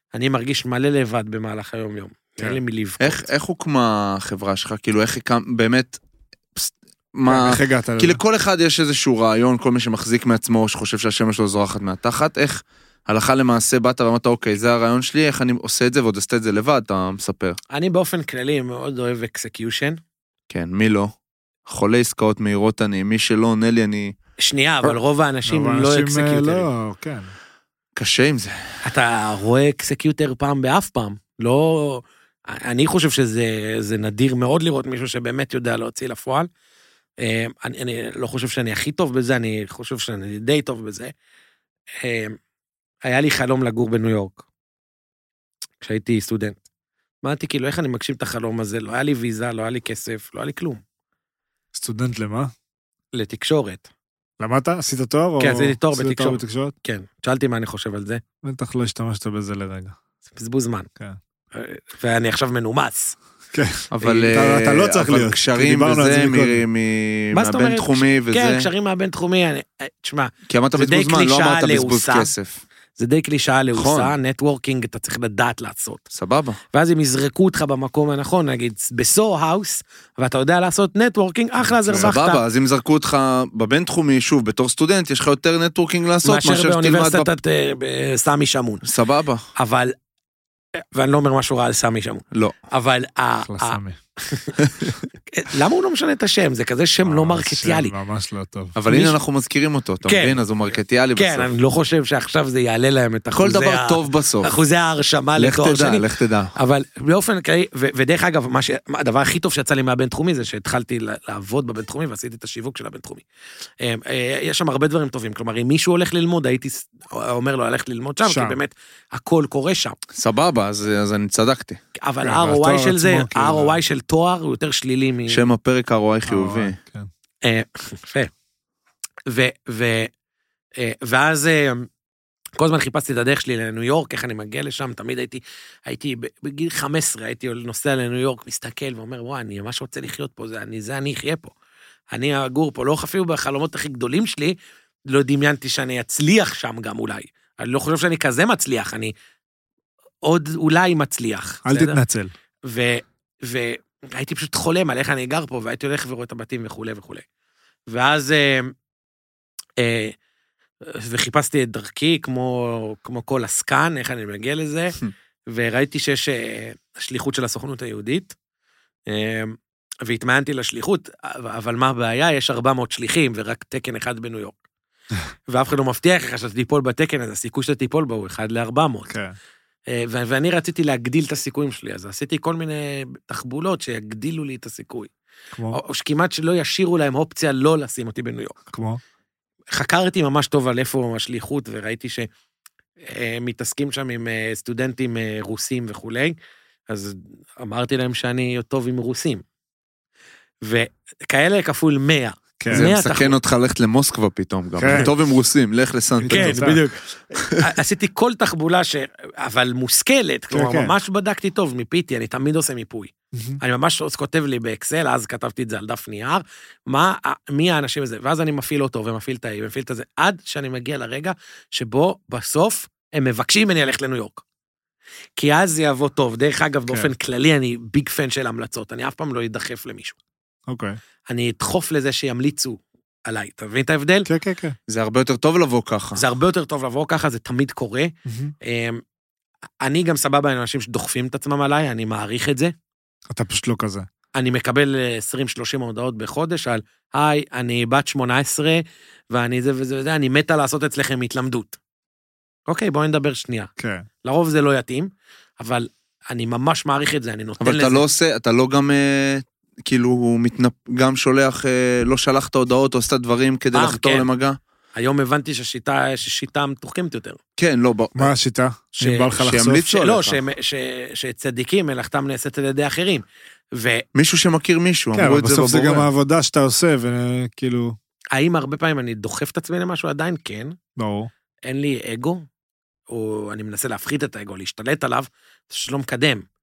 אני מרגיש מלא לבד במהלך היום יום. אין לי מי לבכות. איך הוקמה החברה שלך? כאילו, איך באמת... מה... איך הגעת לזה? כי לכל אחד יש איזשהו רעיון, כל מי שמחזיק מעצמו, שחושב שהשמש לא זורחת מהתחת, איך הלכה למעשה באת ואמרת, אוקיי, זה הרעיון שלי, איך אני עושה את זה ועוד עושה את זה לבד, אתה מספר. אני באופן כללי מאוד אוהב אקסקיושן. כן, מי לא? חולי עסקאות מהירות אני, מי שלא עונה לי, אני... שנייה, אבל רוב האנשים לא אקסקיוטרים. לא, כן. קשה עם זה. אתה רואה אקסקיוטר פעם באף פעם. לא... אני חושב שזה נדיר מאוד לראות מישהו שבאמת יודע להוציא לפועל. אני, אני לא חושב שאני הכי טוב בזה, אני חושב שאני די טוב בזה. היה לי חלום לגור בניו יורק, כשהייתי סטודנט. אמרתי, כאילו, איך אני מגשים את החלום הזה? לא היה לי ויזה, לא היה לי כסף, לא היה לי כלום. סטודנט למה? לתקשורת. למדת? עשית תואר? כן, עשיתי תואר בתקשורת. בתקשורת? כן, שאלתי מה אני חושב על זה. בטח לא השתמשת בזה לרגע. זה בזבוז זמן. כן. ואני עכשיו מנומס. כן. אבל אתה לא צריך להיות. קשרים וזה מהבין תחומי וזה. כן, קשרים מהבין תחומי. תשמע, כי אמרת בזבוז זמן, לא אמרת בזבוז כסף. זה די קלישאה לעושה, נטוורקינג אתה צריך לדעת לעשות. סבבה. ואז הם יזרקו אותך במקום הנכון, נגיד, בסור האוס, ואתה יודע לעשות נטוורקינג, אחלה, אז הרווחת. סבבה, אז אם זרקו אותך בבין תחומי, שוב, בתור סטודנט, יש לך יותר נטוורקינג לעשות, מאשר באוניברסיטת סמי שמון. סבבה. אבל, ואני לא אומר משהו רע על סמי שמון. לא. אבל, אחלה סמי. למה הוא לא משנה את השם? זה כזה שם לא מרקטיאלי. שם ממש לא טוב. אבל הנה אנחנו מזכירים אותו, אתה מבין? אז הוא מרקטיאלי בסוף. כן, אני לא חושב שעכשיו זה יעלה להם את אחוזי... כל דבר טוב בסוף. אחוזי ההרשמה לתואר שני. לך תדע, לך תדע. אבל באופן כללי, ודרך אגב, הדבר הכי טוב שיצא לי מהבין תחומי זה שהתחלתי לעבוד בבין תחומי ועשיתי את השיווק של הבין תחומי. יש שם הרבה דברים טובים, כלומר, אם מישהו הולך ללמוד, הייתי אומר לו ללכת ללמוד שם, כי באמת הכל קורה שם. סבבה, אז אני צדקתי. אבל ה-אר או איי של זה, ה-אר או איי של תואר הוא יותר שלילי מ... שם הפרק ה-אר או איי חיובי. יפה. ואז כל הזמן חיפשתי את הדרך שלי לניו יורק, איך אני מגיע לשם, תמיד הייתי, הייתי בגיל חמש עשרה, הייתי נוסע לניו יורק, מסתכל ואומר, וואי, אני ממש רוצה לחיות פה, זה אני, זה אני אחיה פה. אני אגור פה, לא אפילו בחלומות הכי גדולים שלי, לא דמיינתי שאני אצליח שם גם אולי. אני לא חושב שאני כזה מצליח, אני עוד אולי מצליח. אל תתנצל. והייתי פשוט חולם על איך אני גר פה, והייתי הולך ורואה את הבתים וכו' וכו'. ואז, וחיפשתי את דרכי, כמו, כמו כל הסקן, איך אני מגיע לזה, וראיתי שיש שליחות של הסוכנות היהודית, והתמענתי לשליחות, אבל מה הבעיה? יש ארבע מאות שליחים, ורק תקן אחד בניו יורק. ואף אחד לא מבטיח לך שאתה תיפול בתקן, אז הסיכוי שאתה תיפול בו הוא אחד ל-ארבע מאות. כן. ואני רציתי להגדיל את הסיכויים שלי, אז עשיתי כל מיני תחבולות שיגדילו לי את הסיכוי. כמו? או שכמעט שלא ישירו להם אופציה לא לשים אותי בניו יורק. כמו? חקרתי ממש טוב על איפה השליחות, וראיתי שמתעסקים שם עם סטודנטים רוסים וכולי, אז אמרתי להם שאני טוב עם רוסים. וכאלה כפול מאה. זה מסכן אותך ללכת למוסקבה פתאום גם. טוב עם רוסים, לך לסנט. כן, בדיוק. עשיתי כל תחבולה, אבל מושכלת, כלומר, ממש בדקתי טוב, מיפיתי, אני תמיד עושה מיפוי. אני ממש כותב לי באקסל, אז כתבתי את זה על דף נייר, מי האנשים הזה, ואז אני מפעיל אותו, ומפעיל את ה... ומפעיל את זה, עד שאני מגיע לרגע, שבו בסוף הם מבקשים ממני ללכת לניו יורק. כי אז זה יבוא טוב. דרך אגב, באופן כללי, אני ביג פן של המלצות, אני אף פעם לא אדחף למישהו. אוקיי. אני אדחוף לזה שימליצו עליי, אתה מבין את ההבדל? כן, כן, כן. זה הרבה יותר טוב לבוא ככה. זה הרבה יותר טוב לבוא ככה, זה תמיד קורה. אני גם סבבה עם אנשים שדוחפים את עצמם עליי, אני מעריך את זה. אתה פשוט לא כזה. אני מקבל עשרים שלושים הודעות בחודש על, היי, אני בת שמונה עשרה, ואני זה וזה וזה, אני מתה לעשות אצלכם התלמדות. אוקיי, בואו נדבר שנייה. כן. לרוב זה לא יתאים, אבל אני ממש מעריך את זה, אני נותן לזה. אבל אתה לא עושה, אתה לא גם... כאילו הוא מתנפ... גם שולח, לא שלח את ההודעות, או עשתה דברים כדי לחתור כן. למגע? היום הבנתי שהשיטה, ששיטה מתוחכמת יותר. כן, לא. מה השיטה? ש... שבא לך לחשוף? לא, ש... ש... שצדיקים, מלאכתם נעשית על ידי אחרים. ו... מישהו שמכיר מישהו, כן, אבל בסוף זה גם העבודה שאתה עושה, וכאילו... האם הרבה פעמים אני דוחף את עצמי למשהו? עדיין כן. ברור. אין לי אגו, או אני מנסה להפחית את האגו, להשתלט עליו, זה שלא מקדם.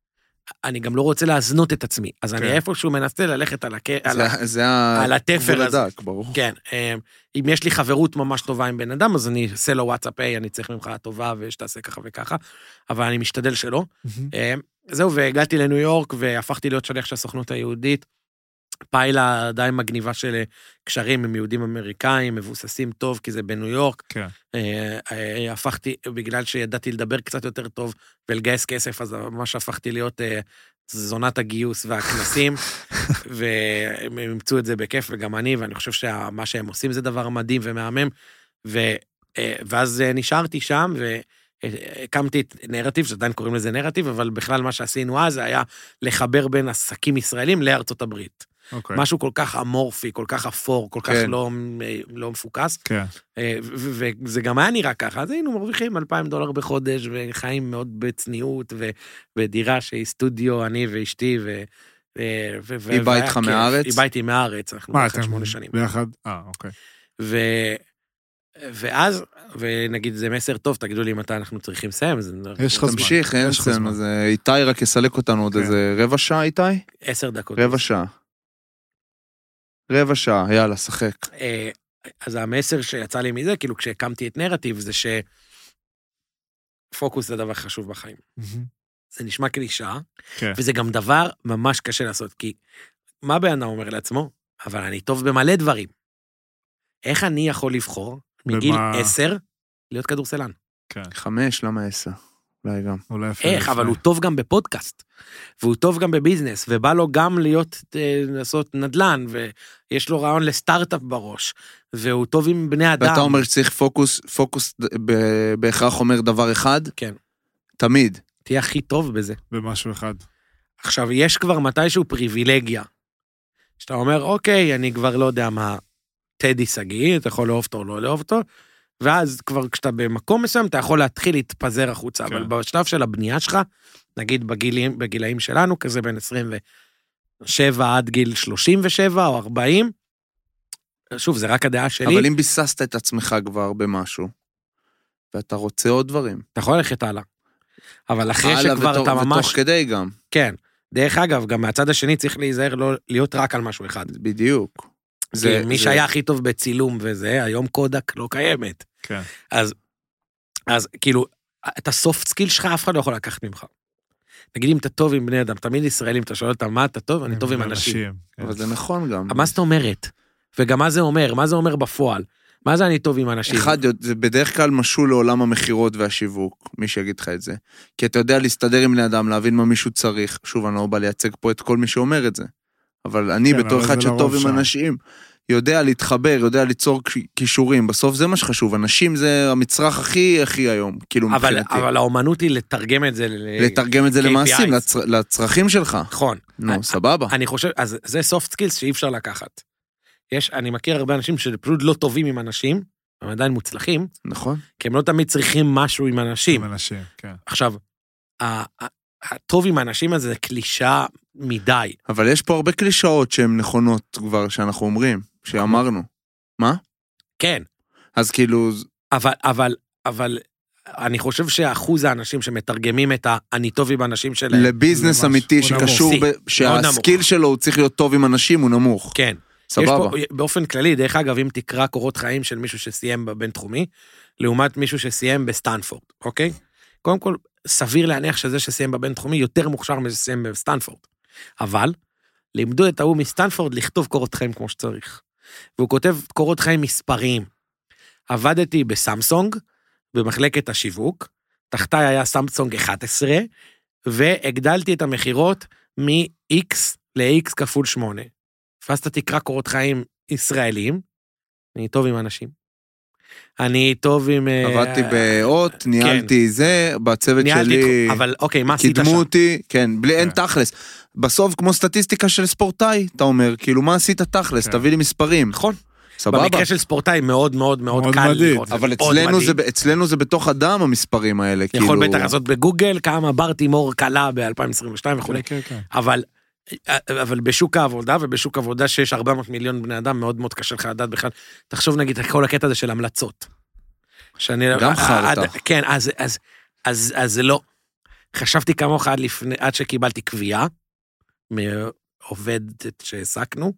אני גם לא רוצה להזנות את עצמי, אז אני איפשהו מנסה ללכת על התפר הזה. כן, אם יש לי חברות ממש טובה עם בן אדם, אז אני אעשה לו וואטסאפ, אני צריך ממך טובה, ושתעשה ככה וככה, אבל אני משתדל שלא. זהו, והגעתי לניו יורק, והפכתי להיות שליח של הסוכנות היהודית, פיילה די מגניבה של קשרים עם יהודים אמריקאים, מבוססים טוב, כי זה בניו יורק. כן. הפכתי, בגלל שידעתי לדבר קצת יותר טוב, ולגייס כסף, אז ממש הפכתי להיות זונת הגיוס והכנסים, והם ימצאו את זה בכיף, וגם אני, ואני חושב שמה שהם עושים זה דבר מדהים ומהמם, ואז נשארתי שם, והקמתי את נרטיב, שעדיין קוראים לזה נרטיב, אבל בכלל מה שעשינו אז, זה היה לחבר בין עסקים ישראלים לארצות הברית. Okay. משהו כל כך אמורפי, כל כך אפור, כל כך לא, לא מפוקס. Okay. וזה גם היה נראה ככה, אז היינו מרוויחים אלפיים דולר בחודש, וחיים מאוד בצניעות, ודירה שהיא סטודיו, אני ואשתי, ו... היא באה איתך מהארץ? היא באה איתי מהארץ, אנחנו ביחד שמונה שנים. ביחד? אה, אוקיי. ו... ואז, ונגיד זה מסר טוב, תגידו לי מתי אנחנו צריכים לסיים. יש לך תמשיך, אין סם, אז איתי רק יסלק אותנו עוד איזה רבע שעה, איתי? עשר דקות. רבע שעה. רבע שעה, יאללה, שחק. אז המסר שיצא לי מזה, כאילו כשהקמתי את נרטיב, זה שפוקוס זה דבר חשוב בחיים. זה נשמע קלישאה, וזה גם דבר ממש קשה לעשות, כי מה בענה אומר לעצמו? אבל אני טוב במלא דברים. איך אני יכול לבחור מגיל עשר להיות כדורסלן? חמש, למה עשר? אולי גם. איך, אבל הוא טוב גם בפודקאסט, והוא טוב גם בביזנס, ובא לו גם להיות, לעשות נדל"ן, ויש לו רעיון לסטארט-אפ בראש, והוא טוב עם בני אדם. ואתה אומר שצריך פוקוס, פוקוס בהכרח אומר דבר אחד? כן. תמיד. תהיה הכי טוב בזה. במשהו אחד. עכשיו, יש כבר מתישהו פריבילגיה, שאתה אומר, אוקיי, אני כבר לא יודע מה, טדי סגי, אתה יכול לאהוב אותו או לא לאהוב אותו, ואז כבר כשאתה במקום מסוים, אתה יכול להתחיל להתפזר החוצה, כן. אבל בשלב של הבנייה שלך, נגיד בגילים, בגילאים שלנו, כזה בין עשרים ושבע עד גיל שלושים ושבע או ארבעים, שוב, זה רק הדעה שלי. אבל אם ביססת את עצמך כבר במשהו, ואתה רוצה עוד דברים. אתה יכול ללכת הלאה. אבל אחרי שכבר ותוך, אתה ממש... ותוך כדי גם. כן. דרך אגב, גם מהצד השני צריך להיזהר לא להיות רק על משהו אחד. בדיוק. זה, מי זה... שהיה הכי טוב בצילום וזה, היום קודק לא קיימת. כן. אז, אז כאילו, את הסופט סקיל שלך אף אחד לא יכול לקחת ממך. נגיד אם אתה טוב עם בני אדם, תמיד ישראלים, אתה שואל אותם מה אתה טוב, אני טוב עם אנשים. כן. אבל זה נכון גם. מה זאת אומרת? וגם מה זה אומר? מה זה אומר בפועל? מה זה אני טוב עם אנשים? אחד, זה בדרך כלל משהו לעולם המחירות והשיווק, מי שיגיד לך את זה. כי אתה יודע להסתדר עם בני אדם, להבין מה מישהו צריך. שוב, אני לא בא לייצג פה את כל מי שאומר את זה. אבל אני בתור אחד שטוב עם אנשים, יודע להתחבר, יודע ליצור קישורים. בסוף זה מה שחשוב. אנשים זה המצרך הכי הכי היום, כאילו מבחינתי. אבל האומנות היא לתרגם את זה לתרגם את זה למעשים, לצרכים שלך. נכון. נו, סבבה. אני חושב, אז זה soft skills שאי אפשר לקחת. יש, אני מכיר הרבה אנשים שפשוט לא טובים עם אנשים, הם עדיין מוצלחים. נכון. כי הם לא תמיד צריכים משהו עם אנשים. עם אנשים, כן. עכשיו, הטוב עם האנשים הזה זה קלישה מדי. אבל יש פה הרבה קלישאות שהן נכונות כבר, שאנחנו אומרים, שאמרנו. מה? כן. אז כאילו... אבל, אבל, אבל, אני חושב שאחוז האנשים שמתרגמים את אני טוב עם אנשים שלהם... לביזנס אמיתי שקשור, שהסקיל שלו הוא צריך להיות טוב עם אנשים, הוא נמוך. כן. סבבה. באופן כללי, דרך אגב, אם תקרא קורות חיים של מישהו שסיים בבינתחומי, לעומת מישהו שסיים בסטנפורד, אוקיי? קודם כל, סביר להניח שזה שסיים בבינתחומי יותר מוכשר משסיים בסטנפורד. אבל, לימדו את ההוא מסטנפורד לכתוב קורות חיים כמו שצריך. והוא כותב קורות חיים מספריים. עבדתי בסמסונג, במחלקת השיווק, תחתיי היה סמסונג אחת עשרה, והגדלתי את המחירות מ-X ל-X כפול שמונה. ואז אתה תקרא קורות חיים ישראלים, אני טוב עם אנשים. אני טוב עם... עבדתי באות, ניהלתי זה, בצוות שלי... אבל אוקיי, מה עשית שם? קידמו אותי, כן, בלי אין תכלס. בסוף כמו סטטיסטיקה של ספורטאי, אתה אומר, כאילו מה עשית תכלס, תביא לי מספרים. נכון. סבבה. במקרה של ספורטאי מאוד מאוד מאוד קל לראות. אבל אצלנו זה בתוך אדם המספרים האלה. יכול בטח לעשות בגוגל, כמה ברתי מור קלה ב-אלפיים עשרים ושתיים וכו'. אבל... אבל בשוק העבודה, ובשוק העבודה שיש ארבע מאות מיליון בני אדם, מאוד מאוד קשה לך לדעת בכלל, תחשוב נגיד כל הקטע הזה של המלצות. גם חרטה. כן, אז, אז, אז, אז זה לא. חשבתי כמוך עד לפני, עד שקיבלתי קביעה, מעובדת שהעסקנו,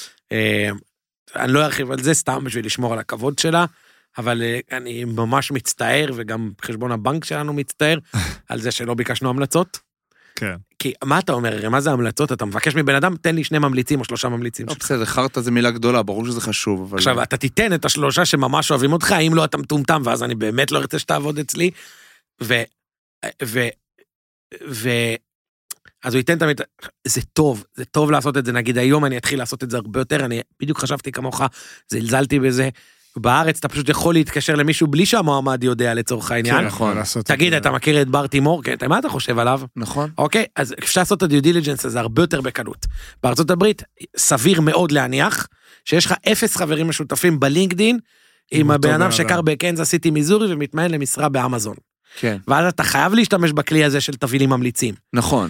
אני לא ארחיב על זה, סתם בשביל לשמור על הכבוד שלה, אבל אני ממש מצטער, וגם חשבון הבנק שלנו מצטער, על זה שלא ביקשנו המלצות. כן. כי מה אתה אומר, הרי מה זה המלצות? אתה מבקש מבן אדם, תן לי שני ממליצים או שלושה ממליצים. לא, בסדר, חרטה זה מילה גדולה, ברור שזה חשוב. עכשיו, אתה תיתן את השלושה שממש אוהבים אותך, אם לא אתה מטומטם, ואז אני באמת לא ארצה שתעבוד אצלי, ו... ו... ו... אז הוא ייתן תמיד, זה טוב, זה טוב לעשות את זה, נגיד היום אני אתחיל לעשות את זה הרבה יותר, אני בדיוק חשבתי כמוך, זלזלתי בזה, בארץ אתה פשוט יכול להתקשר למישהו בלי שהמועמד יודע לצורך העניין. כן, נכון. תגיד, אתה מכיר את בר תימור? כן, מה אתה חושב עליו? נכון. אוקיי, אז אפשר לעשות את הדיו דיליג'נס הזה הרבה יותר בקלות. בארצות הברית, סביר מאוד להניח, שיש לך אפס חברים משותפים בלינקדין, עם הבן אדם שקר בקנזס סיטי מיזורי, ומתמיין למשרה באמזון. כן. ואז אתה חייב להשתמש בכלי הזה של תביא לי ממליצים. נכון.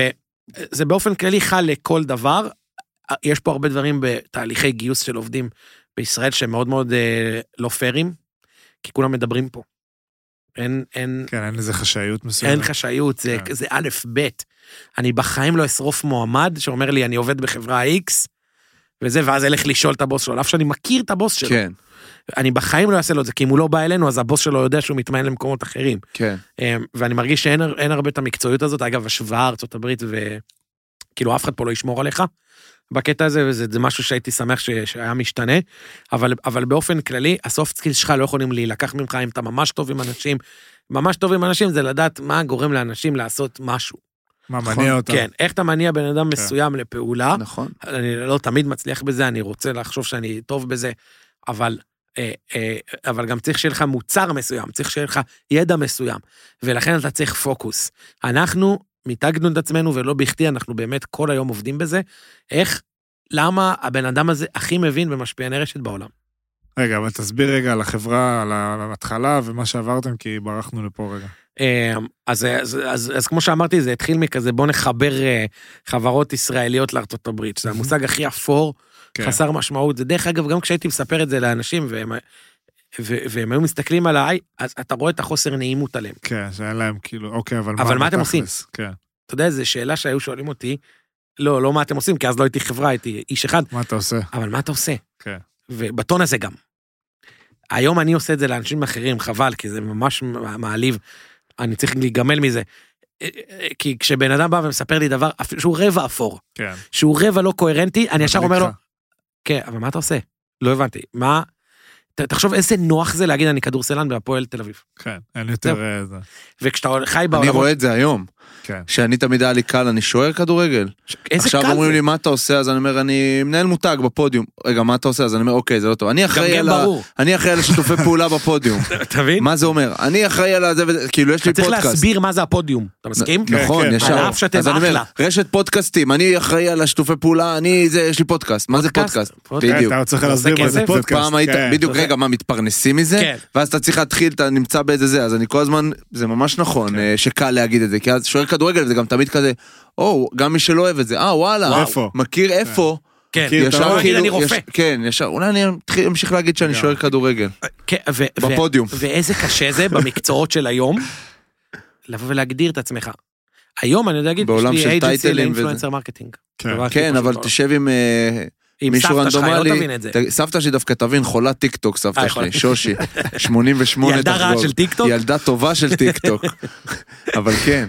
וזה באופן כללי חל לכל דבר, יש פה הרבה דברים בתהליכי גיוס של עובדים בישראל שהם מאוד מאוד אה, לא פיירים, כי כולם מדברים פה. אין, אין... כן, אין איזה חשאיות מסוימת. אין חשאיות, זה, כן. זה א' ב'. אני בחיים לא אשרוף מועמד שאומר לי, אני עובד בחברה X, וזה, ואז אלך לשאול את הבוס שלו, אף שאני מכיר את הבוס שלו. כן. אני בחיים לא אעשה לו את זה, כי אם הוא לא בא אלינו, אז הבוס שלו יודע שהוא מתמיין למקומות אחרים. כן. ואני מרגיש שאין אין הרבה את המקצועיות הזאת, אגב, השוואה ארצות הברית, וכאילו אף אחד פה לא ישמור עליך, בקטע הזה, וזה זה משהו שהייתי שמח ש, שהיה משתנה, אבל, אבל באופן כללי, הסופט סקילס שלך לא יכולים להילקח ממך, אם אתה ממש טוב עם אנשים, ממש טוב עם אנשים, זה לדעת מה גורם לאנשים לעשות משהו. מה מניע אותם. כן, איך אתה מניע בן אדם מסוים לפעולה, נכון. אני לא תמיד מצליח בזה, אני רוצה לחשוב שאני טוב בזה, אבל, אה, אה, אבל גם צריך שיהיה לך מוצר מסוים, צריך שיהיה לך ידע מסוים, ולכן אתה צריך פוקוס. אנחנו מתאגנו את עצמנו ולא בכדי, אנחנו באמת כל היום עובדים בזה, איך, למה הבן אדם הזה הכי מבין ומשפיעני רשת בעולם. רגע, אבל תסביר רגע על החברה, על ההתחלה ומה שעברתם, כי ברחנו לפה רגע. אז, אז, אז, אז כמו שאמרתי, זה התחיל מכזה, בוא נחבר חברות ישראליות לארצות הברית, זה המושג הכי אפור, כן. חסר משמעות, זה דרך אגב, גם כשהייתי מספר את זה לאנשים, והם, ו, והם היו מסתכלים עליי, אז אתה רואה את החוסר נעימות עליהם. כן, שהיה להם כאילו, אוקיי, אבל, אבל מה, מה אתם עושים? כן. אתה יודע, זו שאלה שהיו שואלים אותי, לא, לא מה אתם עושים, כי אז לא הייתי חברה, הייתי איש אחד. מה אתה עושה? אבל מה אתה עושה? כן. ובטון הזה גם. היום אני עושה את זה לאנשים אחרים, חבל, כי זה ממש מעליב, אני צריך להיגמל מזה. כי כשבן אדם בא ומספר לי דבר, שהוא רבע אפור, כן. שהוא רבע לא קוהרנטי, אני ישר אומר לו, כן, אבל מה אתה עושה? לא הבנתי. מה? תחשוב איזה נוח זה להגיד אני כדורסלן בהפועל תל אביב. כן, אין יותר זה. וכשאתה חי בעולם... אני רואה את זה היום. כן. שאני תמיד היה לי קל, אני שוער כדורגל. עכשיו אומרים לי מה אתה עושה, אז אני אומר, אני מנהל מותג בפודיום. רגע, מה אתה עושה? אז אני אומר, אוקיי, זה לא טוב. אני אחראי על ה... אני אחראי על השיתופי פעולה בפודיום. תבין? מה זה אומר? אני אחראי על זה, כאילו יש לי פודקאסט. אתה צריך להסביר מה זה הפודיום. אתה מסכים? נכון, ישר. אז אני אומר, רשת פודקאסטים, אני אחראי על השיתופי פעולה, אני, זה, יש לי פודקאסט. מה זה פודקאסט? בדיוק. אתה צריך להסביר מה זה פודקאסט. בדיוק, רגע, מה, מתפרנסים מזה? ואז אתה צריך להתחיל, אתה נמצא באיזה זה, אז אני כל הזמן, זה ממש נכון, שקל להגיד את זה, כי אז שוער כדורגל, זה גם תמיד כזה, או, גם מי שלא אוהב את זה, אה, וואלה, מכיר איפה, כן, ישר כאילו, אני רופא. כן, ישר, אולי אני אמשיך להגיד שאני שוער כדורגל, בפודיום. ואיזה קשה זה במקצועות של היום, לבוא ולהגדיר את עצמך. היום אני יודע להגיד, יש לי אייג'נסי לאינפלואנסר מרקטינג. כן, אבל תשב עם... עם סבתא שלך, לא תבין את זה. סבתא שלי דווקא תבין, חולת טיק טוק, סבתא שלי, שושי, שמונים ושמונה ילדה רעה של טיק טוק? ילדה טובה של טיק טוק, אבל כן.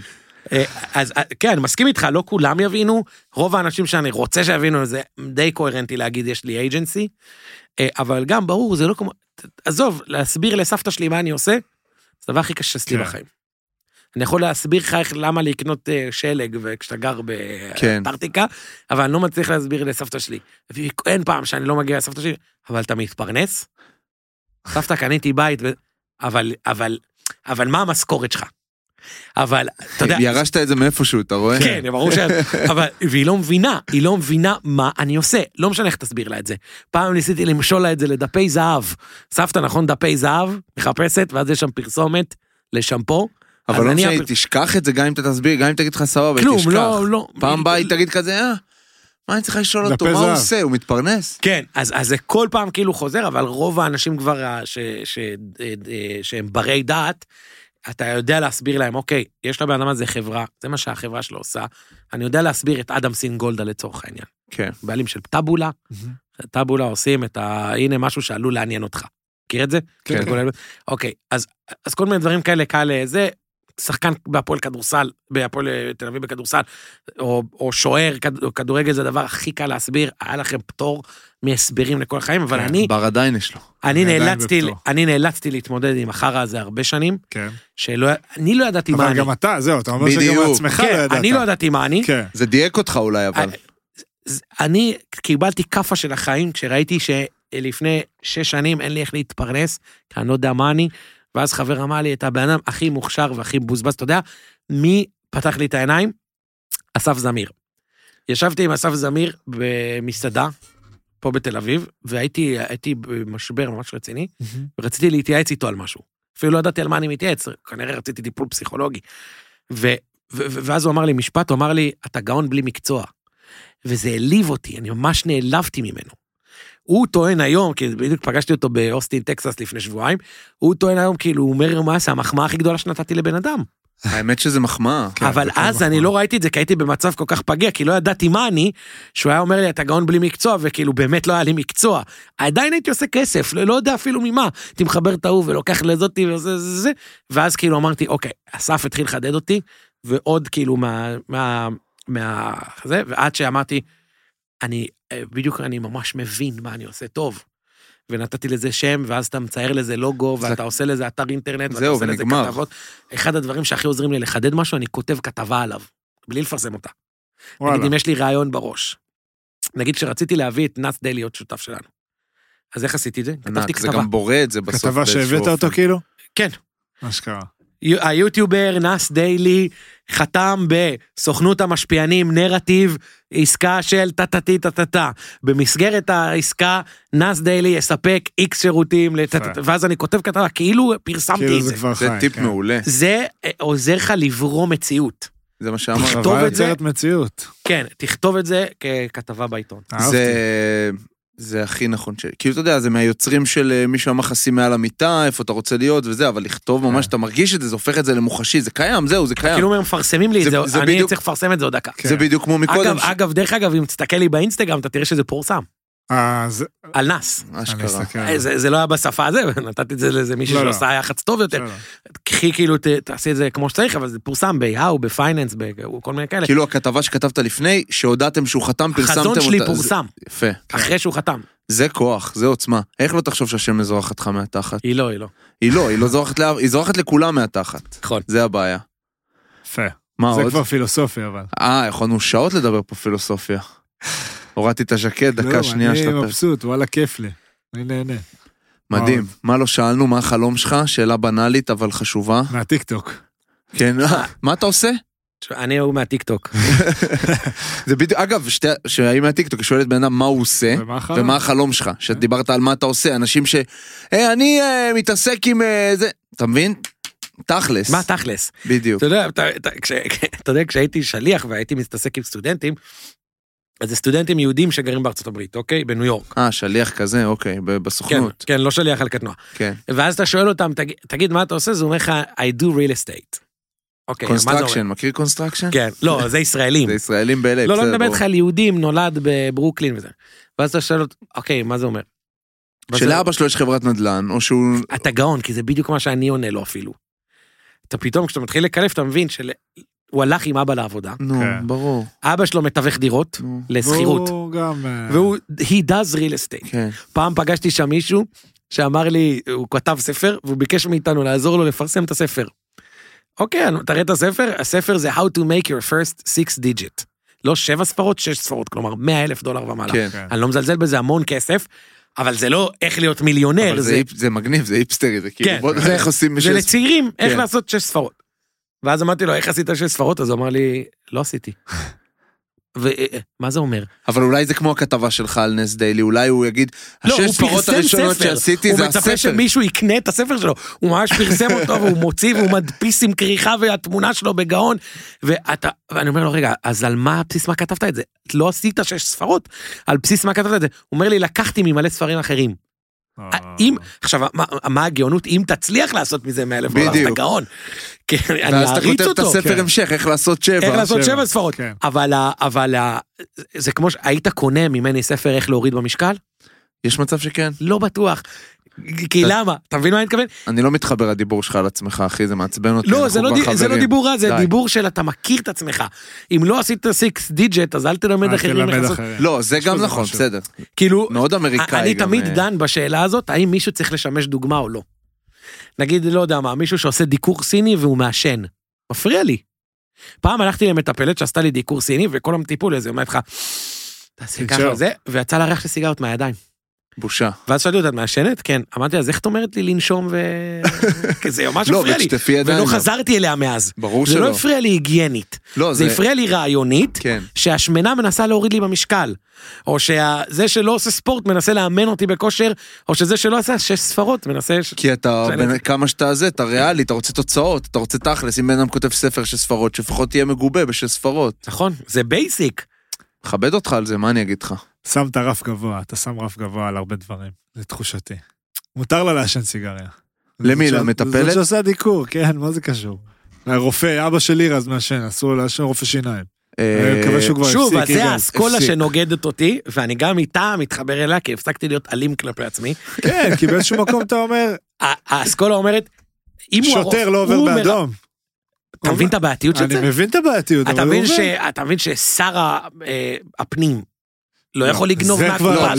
אז כן, אני מסכים איתך, לא כולם יבינו, רוב האנשים שאני רוצה שיבינו, זה די קוהרנטי להגיד, יש לי אייג'נסי, אבל גם ברור, זה לא כמו, עזוב, להסביר לסבתא שלי מה אני עושה, זה הדבר הכי קשה שלי בחיים. אני יכול להסביר לך איך למה לקנות שלג וכשאתה גר באנטארקטיקה, אבל אני לא מצליח להסביר לסבתא שלי. אין פעם שאני לא מגיע לסבתא שלי, אבל אתה מתפרנס? סבתא, קניתי בית, אבל, אבל, אבל מה המשכורת שלך? אבל, אתה יודע... ירשת את זה מאיפשהו, אתה רואה? כן, ברור ש... אבל, והיא לא מבינה, היא לא מבינה מה אני עושה. לא משנה איך תסביר לה את זה. פעם ניסיתי למשול לה את זה לדפי זהב. סבתא, נכון, דפי זהב, מחפשת, ואז יש שם פרסומת לשמפו. אבל לא משנה, תשכח את זה גם אם אתה תסביר, גם אם תגיד לך סבבה, תשכח. כלום, לא, לא. פעם באה, תגיד כזה, אה, מה אני צריכה לשאול אותו, מה הוא עושה, הוא מתפרנס? כן, אז זה כל פעם כאילו חוזר, אבל רוב האנשים כבר שהם ברי דעת, אתה יודע להסביר להם, אוקיי, יש לבן אדם הזה חברה, זה מה שהחברה שלו עושה, אני יודע להסביר את אדם סין גולדה לצורך העניין. כן. בעלים של טאבולה, טאבולה עושים את ה... הנה משהו שעלול לעניין אותך. מכיר את זה? כן. אוקיי, אז, אז כל מיני דברים כאלה, כאלה, זה, שחקן בהפועל כדורסל, בהפועל תל אביב בכדורסל, או, או שוער, כדורגל זה הדבר הכי קל להסביר, היה לכם פטור מהסברים לכל החיים, אבל כן, אני... בר עדיין יש לו. אני נאלצתי, אני נאלצתי להתמודד עם החרא הזה הרבה שנים, כן. שלא, אני לא ידעתי מה אני. אבל גם אתה, זהו, אתה אומר שגם עצמך לא ידעת. אני לא ידעתי מה אני. כן. זה דייק אותך אולי, אבל. אני קיבלתי קפה של החיים, כשראיתי שלפני שש שנים אין לי איך להתפרנס, כי אני לא יודע מה אני, ואז חבר אמר לי, את הבן אדם הכי מוכשר והכי בוזבז, אתה יודע, מי פתח לי את העיניים? אסף זמיר. ישבתי עם אסף זמיר במסעדה, פה בתל אביב, והייתי הייתי במשבר ממש רציני, ורציתי להתייעץ איתו על משהו. אפילו לא ידעתי על מה אני מתייעץ, כנראה רציתי טיפול פסיכולוגי. ו, ו, ואז הוא אמר לי משפט, הוא אמר לי, אתה גאון בלי מקצוע. וזה העליב אותי, אני ממש נעלבתי ממנו. הוא טוען היום, כי בדיוק פגשתי אותו באוסטין, טקסס לפני שבועיים, הוא טוען היום, כאילו, הוא אומר מה, זה המחמאה הכי גדולה שנתתי לבן אדם. האמת שזה מחמאה. אבל אז אני לא ראיתי את זה, כי הייתי במצב כל כך פגיע, כי לא ידעתי מה אני, שהוא היה אומר לי, אתה גאון בלי מקצוע, וכאילו באמת לא היה לי מקצוע. עדיין הייתי עושה כסף, לא יודע אפילו ממה. הייתי מחבר את ההוא ולוקח לזאתי וזה זה זה, ואז כאילו אמרתי, אוקיי, אסף התחיל לחדד אותי, ועוד כאילו מה, מה, מה, זה, ועד שאמרתי, אני, בדיוק אני ממש מבין מה אני עושה טוב. ונתתי לזה שם, ואז אתה מצייר לזה לוגו, ואתה עושה לזה אתר אינטרנט, ואתה עושה לזה כתבות. אחד הדברים שהכי עוזרים לי לחדד משהו, אני כותב כתבה עליו, בלי לפרסם אותה. נגיד, אם יש לי רעיון בראש. נגיד שרציתי להביא את נאס דיילי להיות שותף שלנו. אז איך עשיתי את זה? כתבתי כתבה. זה גם בורא את זה בסוף. כתבה שהבאת אותו כאילו? כן. מה שקרה. היוטיובר נאס דיילי חתם בסוכנות המשפיענים נרטיב עסקה של טטטי טטטה. במסגרת העסקה נאס דיילי יספק איקס שירותים, ואז אני כותב כתבה, כאילו פרסמתי את זה. זה טיפ מעולה. זה עוזר לך לברוא מציאות. זה מה שאמר. תכתוב את זה. מציאות. כן, תכתוב את זה ככתבה בעיתון. זה... זה הכי נכון ש... כאילו, אתה יודע, זה מהיוצרים של מישהו המחסים מעל המיטה, איפה אתה רוצה להיות וזה, אבל לכתוב ממש, אתה מרגיש את זה, זה הופך את זה למוחשי, זה קיים, זהו, זה קיים. כאילו, הם מפרסמים לי את זה, אני צריך לפרסם את זה עוד דקה. זה בדיוק כמו מקודם. אגב, דרך אגב, אם תסתכל לי באינסטגרם, אתה תראה שזה פורסם. על נס. זה לא היה בשפה הזה, נתתי את זה לאיזה מישהו שעושה יחץ טוב יותר. קחי כאילו, תעשי את זה כמו שצריך, אבל זה פורסם ב-How, בפייננס, בכל מיני כאלה. כאילו הכתבה שכתבת לפני, שהודעתם שהוא חתם, פרסמתם אותה. החזון שלי פורסם. יפה. אחרי שהוא חתם. זה כוח, זה עוצמה. איך לא תחשוב שהשם מזורח אותך מהתחת? היא לא, היא לא. היא לא, היא לא זורחת, היא זורחת לכולם מהתחת. נכון. זה הבעיה. יפה. מה זה עוד? כבר פילוסופיה, אבל. אה, יכולנו שעות לדבר פה פילוסופיה. הורדתי את הז'קט, דקה שנייה. אני מבסוט, וואלה, כיף לי. אני נהנה. מדהים. מה לא שאלנו, מה החלום שלך? שאלה בנאלית, אבל חשובה. מהטיקטוק. כן, מה אתה עושה? אני הוא מהטיקטוק. זה בדיוק, אגב, שהיא מהטיקטוק, היא שואלת בן אדם מה הוא עושה, ומה החלום שלך, שדיברת על מה אתה עושה, אנשים ש... אני מתעסק עם זה, אתה מבין? תכלס. מה תכלס? בדיוק. אתה יודע, כשהייתי שליח והייתי מתעסק עם סטודנטים, אז זה סטודנטים יהודים שגרים בארצות הברית, אוקיי? בניו יורק. אה, שליח כזה, אוקיי, בסוכנות. כן, כן, לא שליח על קטנוע. כן. ואז אתה שואל אותם, תגיד מה אתה עושה? זה אומר לך, I do real estate. קונסטרקשן, מכיר קונסטרקשן? כן, לא, זה ישראלים. זה ישראלים ב-אל איי. לא, לא מדבר איתך על יהודים, נולד בברוקלין וזה. ואז אתה שואל אותו, אוקיי, מה זה אומר? שלאבא שלו יש חברת נדל"ן, או שהוא... אתה גאון, כי זה בדיוק מה שאני עונה לו אפילו. אתה פתאום, כשאתה מתחיל לקלף, אתה מבין שהוא הלך עם אבא לעבודה. נו, ברור. אבא שלו מתווך דירות, לסחירות. והוא גם... והוא, he does real estate. פעם פגשתי שם מישהו, שאמר לי, הוא כתב ספר, והוא ביקש מאיתנו לעזור לו לפרסם את הספר. אוקיי, תראה את הספר, הספר זה How to make your first six digit. לא שבע ספרות, שש ספרות, כלומר מאה אלף דולר ומעלה. אני לא מזלזל בזה המון כסף, אבל זה לא איך להיות מיליונר. אבל זה מגניב, זה היפסטרי, זה כאילו, בוא נראה איך עושים... זה לצעירים, איך לעשות שש ספרות. ואז אמרתי לו, איך עשית שש ספרות? אז הוא אמר לי, לא עשיתי. ומה זה אומר? אבל אולי זה כמו הכתבה שלך על נס דיילי, אולי הוא יגיד, השש ספרות הראשונות שעשיתי זה הספר. הוא מצפה שמישהו יקנה את הספר שלו, הוא ממש פרסם אותו, והוא מוציא, והוא מדפיס עם כריכה, והתמונה שלו בגאון, ואני אומר לו, רגע, אז על מה, בסיס מה כתבת את זה? לא עשית שש ספרות, על בסיס מה כתבת את זה? הוא אומר לי, לקחתי ממלא ספרים אחרים. אם, עכשיו, מה הגאונות, אם תצליח לעשות מזה מאה אלף דולר, אתה גאון. ואז אתה כותב את הספר המשך, איך לעשות שבע. איך לעשות שבע ספרות. אבל זה כמו שהיית קונה ממני ספר איך להוריד במשקל? יש מצב שכן. לא בטוח. כי למה? אתה מבין מה אני מתכוון? אני לא מתחבר לדיבור שלך על עצמך, אחי, זה מעצבן אותי. לא, זה לא דיבור רע, זה דיבור של אתה מכיר את עצמך. אם לא עשית סיקס דיג'ט, אז אל תלמד אחרים. לא, זה גם נכון, בסדר. כאילו, מאוד אמריקאי. אני תמיד דן בשאלה הזאת, האם מישהו צריך לשמש דוגמה או לא. נגיד, לא יודע מה, מישהו שעושה דיקור סיני והוא מעשן. מפריע לי. פעם הלכתי למטפלת שעשתה לי דיקור סיני, וכל המטיפול הזה, אומרת לך, תעשה ככה וזה, ויצא להריח לסיגרות מהידיים. בושה. ואז שאלתי אותה, את מעשנת? כן. אמרתי, אז איך את אומרת לי לנשום ו... זה ממש הפריע לי. ולא חזרתי אליה מאז. ברור שלא. זה לא הפריע לי היגיינית. זה הפריע לי רעיונית, שהשמנה מנסה להוריד לי במשקל. או שזה שלא עושה ספורט מנסה לאמן אותי בכושר, או שזה שלא עשה שש ספרות מנסה... כי אתה, כמה שאתה זה, אתה ריאלי, אתה רוצה תוצאות, אתה רוצה תכלס, אם בן אדם כותב ספר שש ספרות, שפחות תהיה מגובה בשש ספרות. נכון, זה בייסיק. מכבד אותך על זה, מה אני אגיד לך? שם את הרף גבוה, אתה שם רף גבוה על הרבה דברים, זה תחושתי. מותר לה לעשן סיגריה. למי? למטפלת? זאת שעושה דיקור, כן, מה זה קשור? הרופא, אבא שלי רז מעשן, אסור לעשן רופא שיניים. שוב, אז זה האסכולה שנוגדת אותי, ואני גם איתה מתחבר אליה, כי הפסקתי להיות אלים כלפי עצמי. כן, כי באיזשהו מקום אתה אומר... האסכולה אומרת, שוטר לא עובר באדום. אתה מבין את הבעתיות של זה? אני מבין את הבעתיות, אבל הוא עובר. אתה מבין ששר הפנים לא יכול לגנוב מהקופה.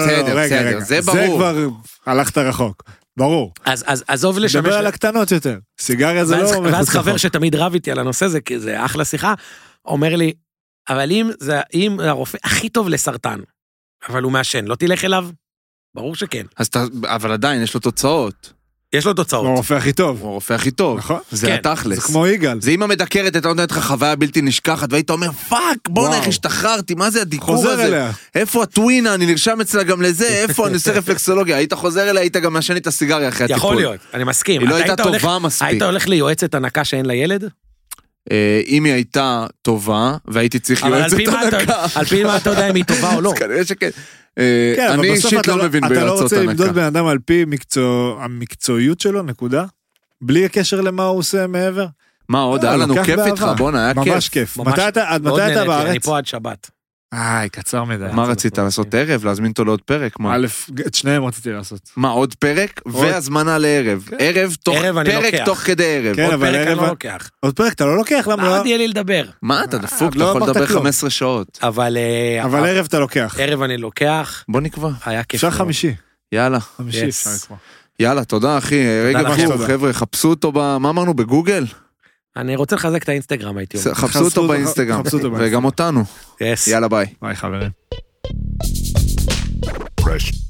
זה ברור. זה כבר הלכת רחוק. ברור. אז עזוב לשמש... דבר על הקטנות יותר. סיגריה זה לא... ואז חבר שתמיד רב איתי על הנושא הזה, כי זה אחלה שיחה, אומר לי, אבל אם הרופא הכי טוב לסרטן, אבל הוא מעשן, לא תלך אליו? ברור שכן. אבל עדיין יש לו תוצאות. יש לו תוצאות. הוא הרופא הכי טוב. הוא הרופא הכי טוב. נכון. זה התכלס. זה כמו יגאל. זה אם המדקרת, אתה נותנת לך חוויה בלתי נשכחת, והיית אומר, פאק, בוא נלך, השתחררתי, מה זה הדיקור הזה? חוזר אליה. איפה הטווינה, אני נרשם אצלה גם לזה, איפה אני עושה רפלקסולוגיה, היית חוזר אליה, היית גם מעשן את הסיגריה אחרי הטיפול. יכול להיות, אני מסכים. היא לא הייתה טובה מספיק. היית הולך ליועצת הנקה שאין לה ילד? אם היא הייתה טובה, והייתי צריך יועצת הנקה. על פי מה אתה יודע אם היא טובה או לא? כנראה שכן. אני אישית לא מבין ביועצות הנקה. אתה לא רוצה למדוד בן אדם על פי המקצועיות שלו, נקודה? בלי הקשר למה הוא עושה מעבר? מה עוד? היה לנו כיף איתך, בוא'נה, היה כיף. ממש כיף. מתי אתה בארץ? אני פה עד שבת. איי, קצר מדי. מה רצית לעשות ערב? להזמין אותו לעוד פרק? א', את שניהם רציתי לעשות. מה, עוד פרק? והזמנה לערב. ערב, פרק תוך כדי ערב. עוד פרק אני לא לוקח. עוד פרק אתה לא לוקח? למה? לא תהיה לי לדבר. מה, אתה דפוק, אתה יכול לדבר חמש עשרה שעות. אבל ערב אתה לוקח. ערב אני לוקח. בוא נקבע. היה כיף. אפשר חמישי. יאללה. חמישי אפשר לקבוע. יאללה, תודה אחי. רגע, חבר'ה, חפשו אותו, מה אמרנו, בגוגל? אני רוצה לחזק את האינסטגרם, הייתי אומר. חפשו אותו באינסטגרם, וגם אותנו. יאללה, ביי. ביי חברים. Fresh.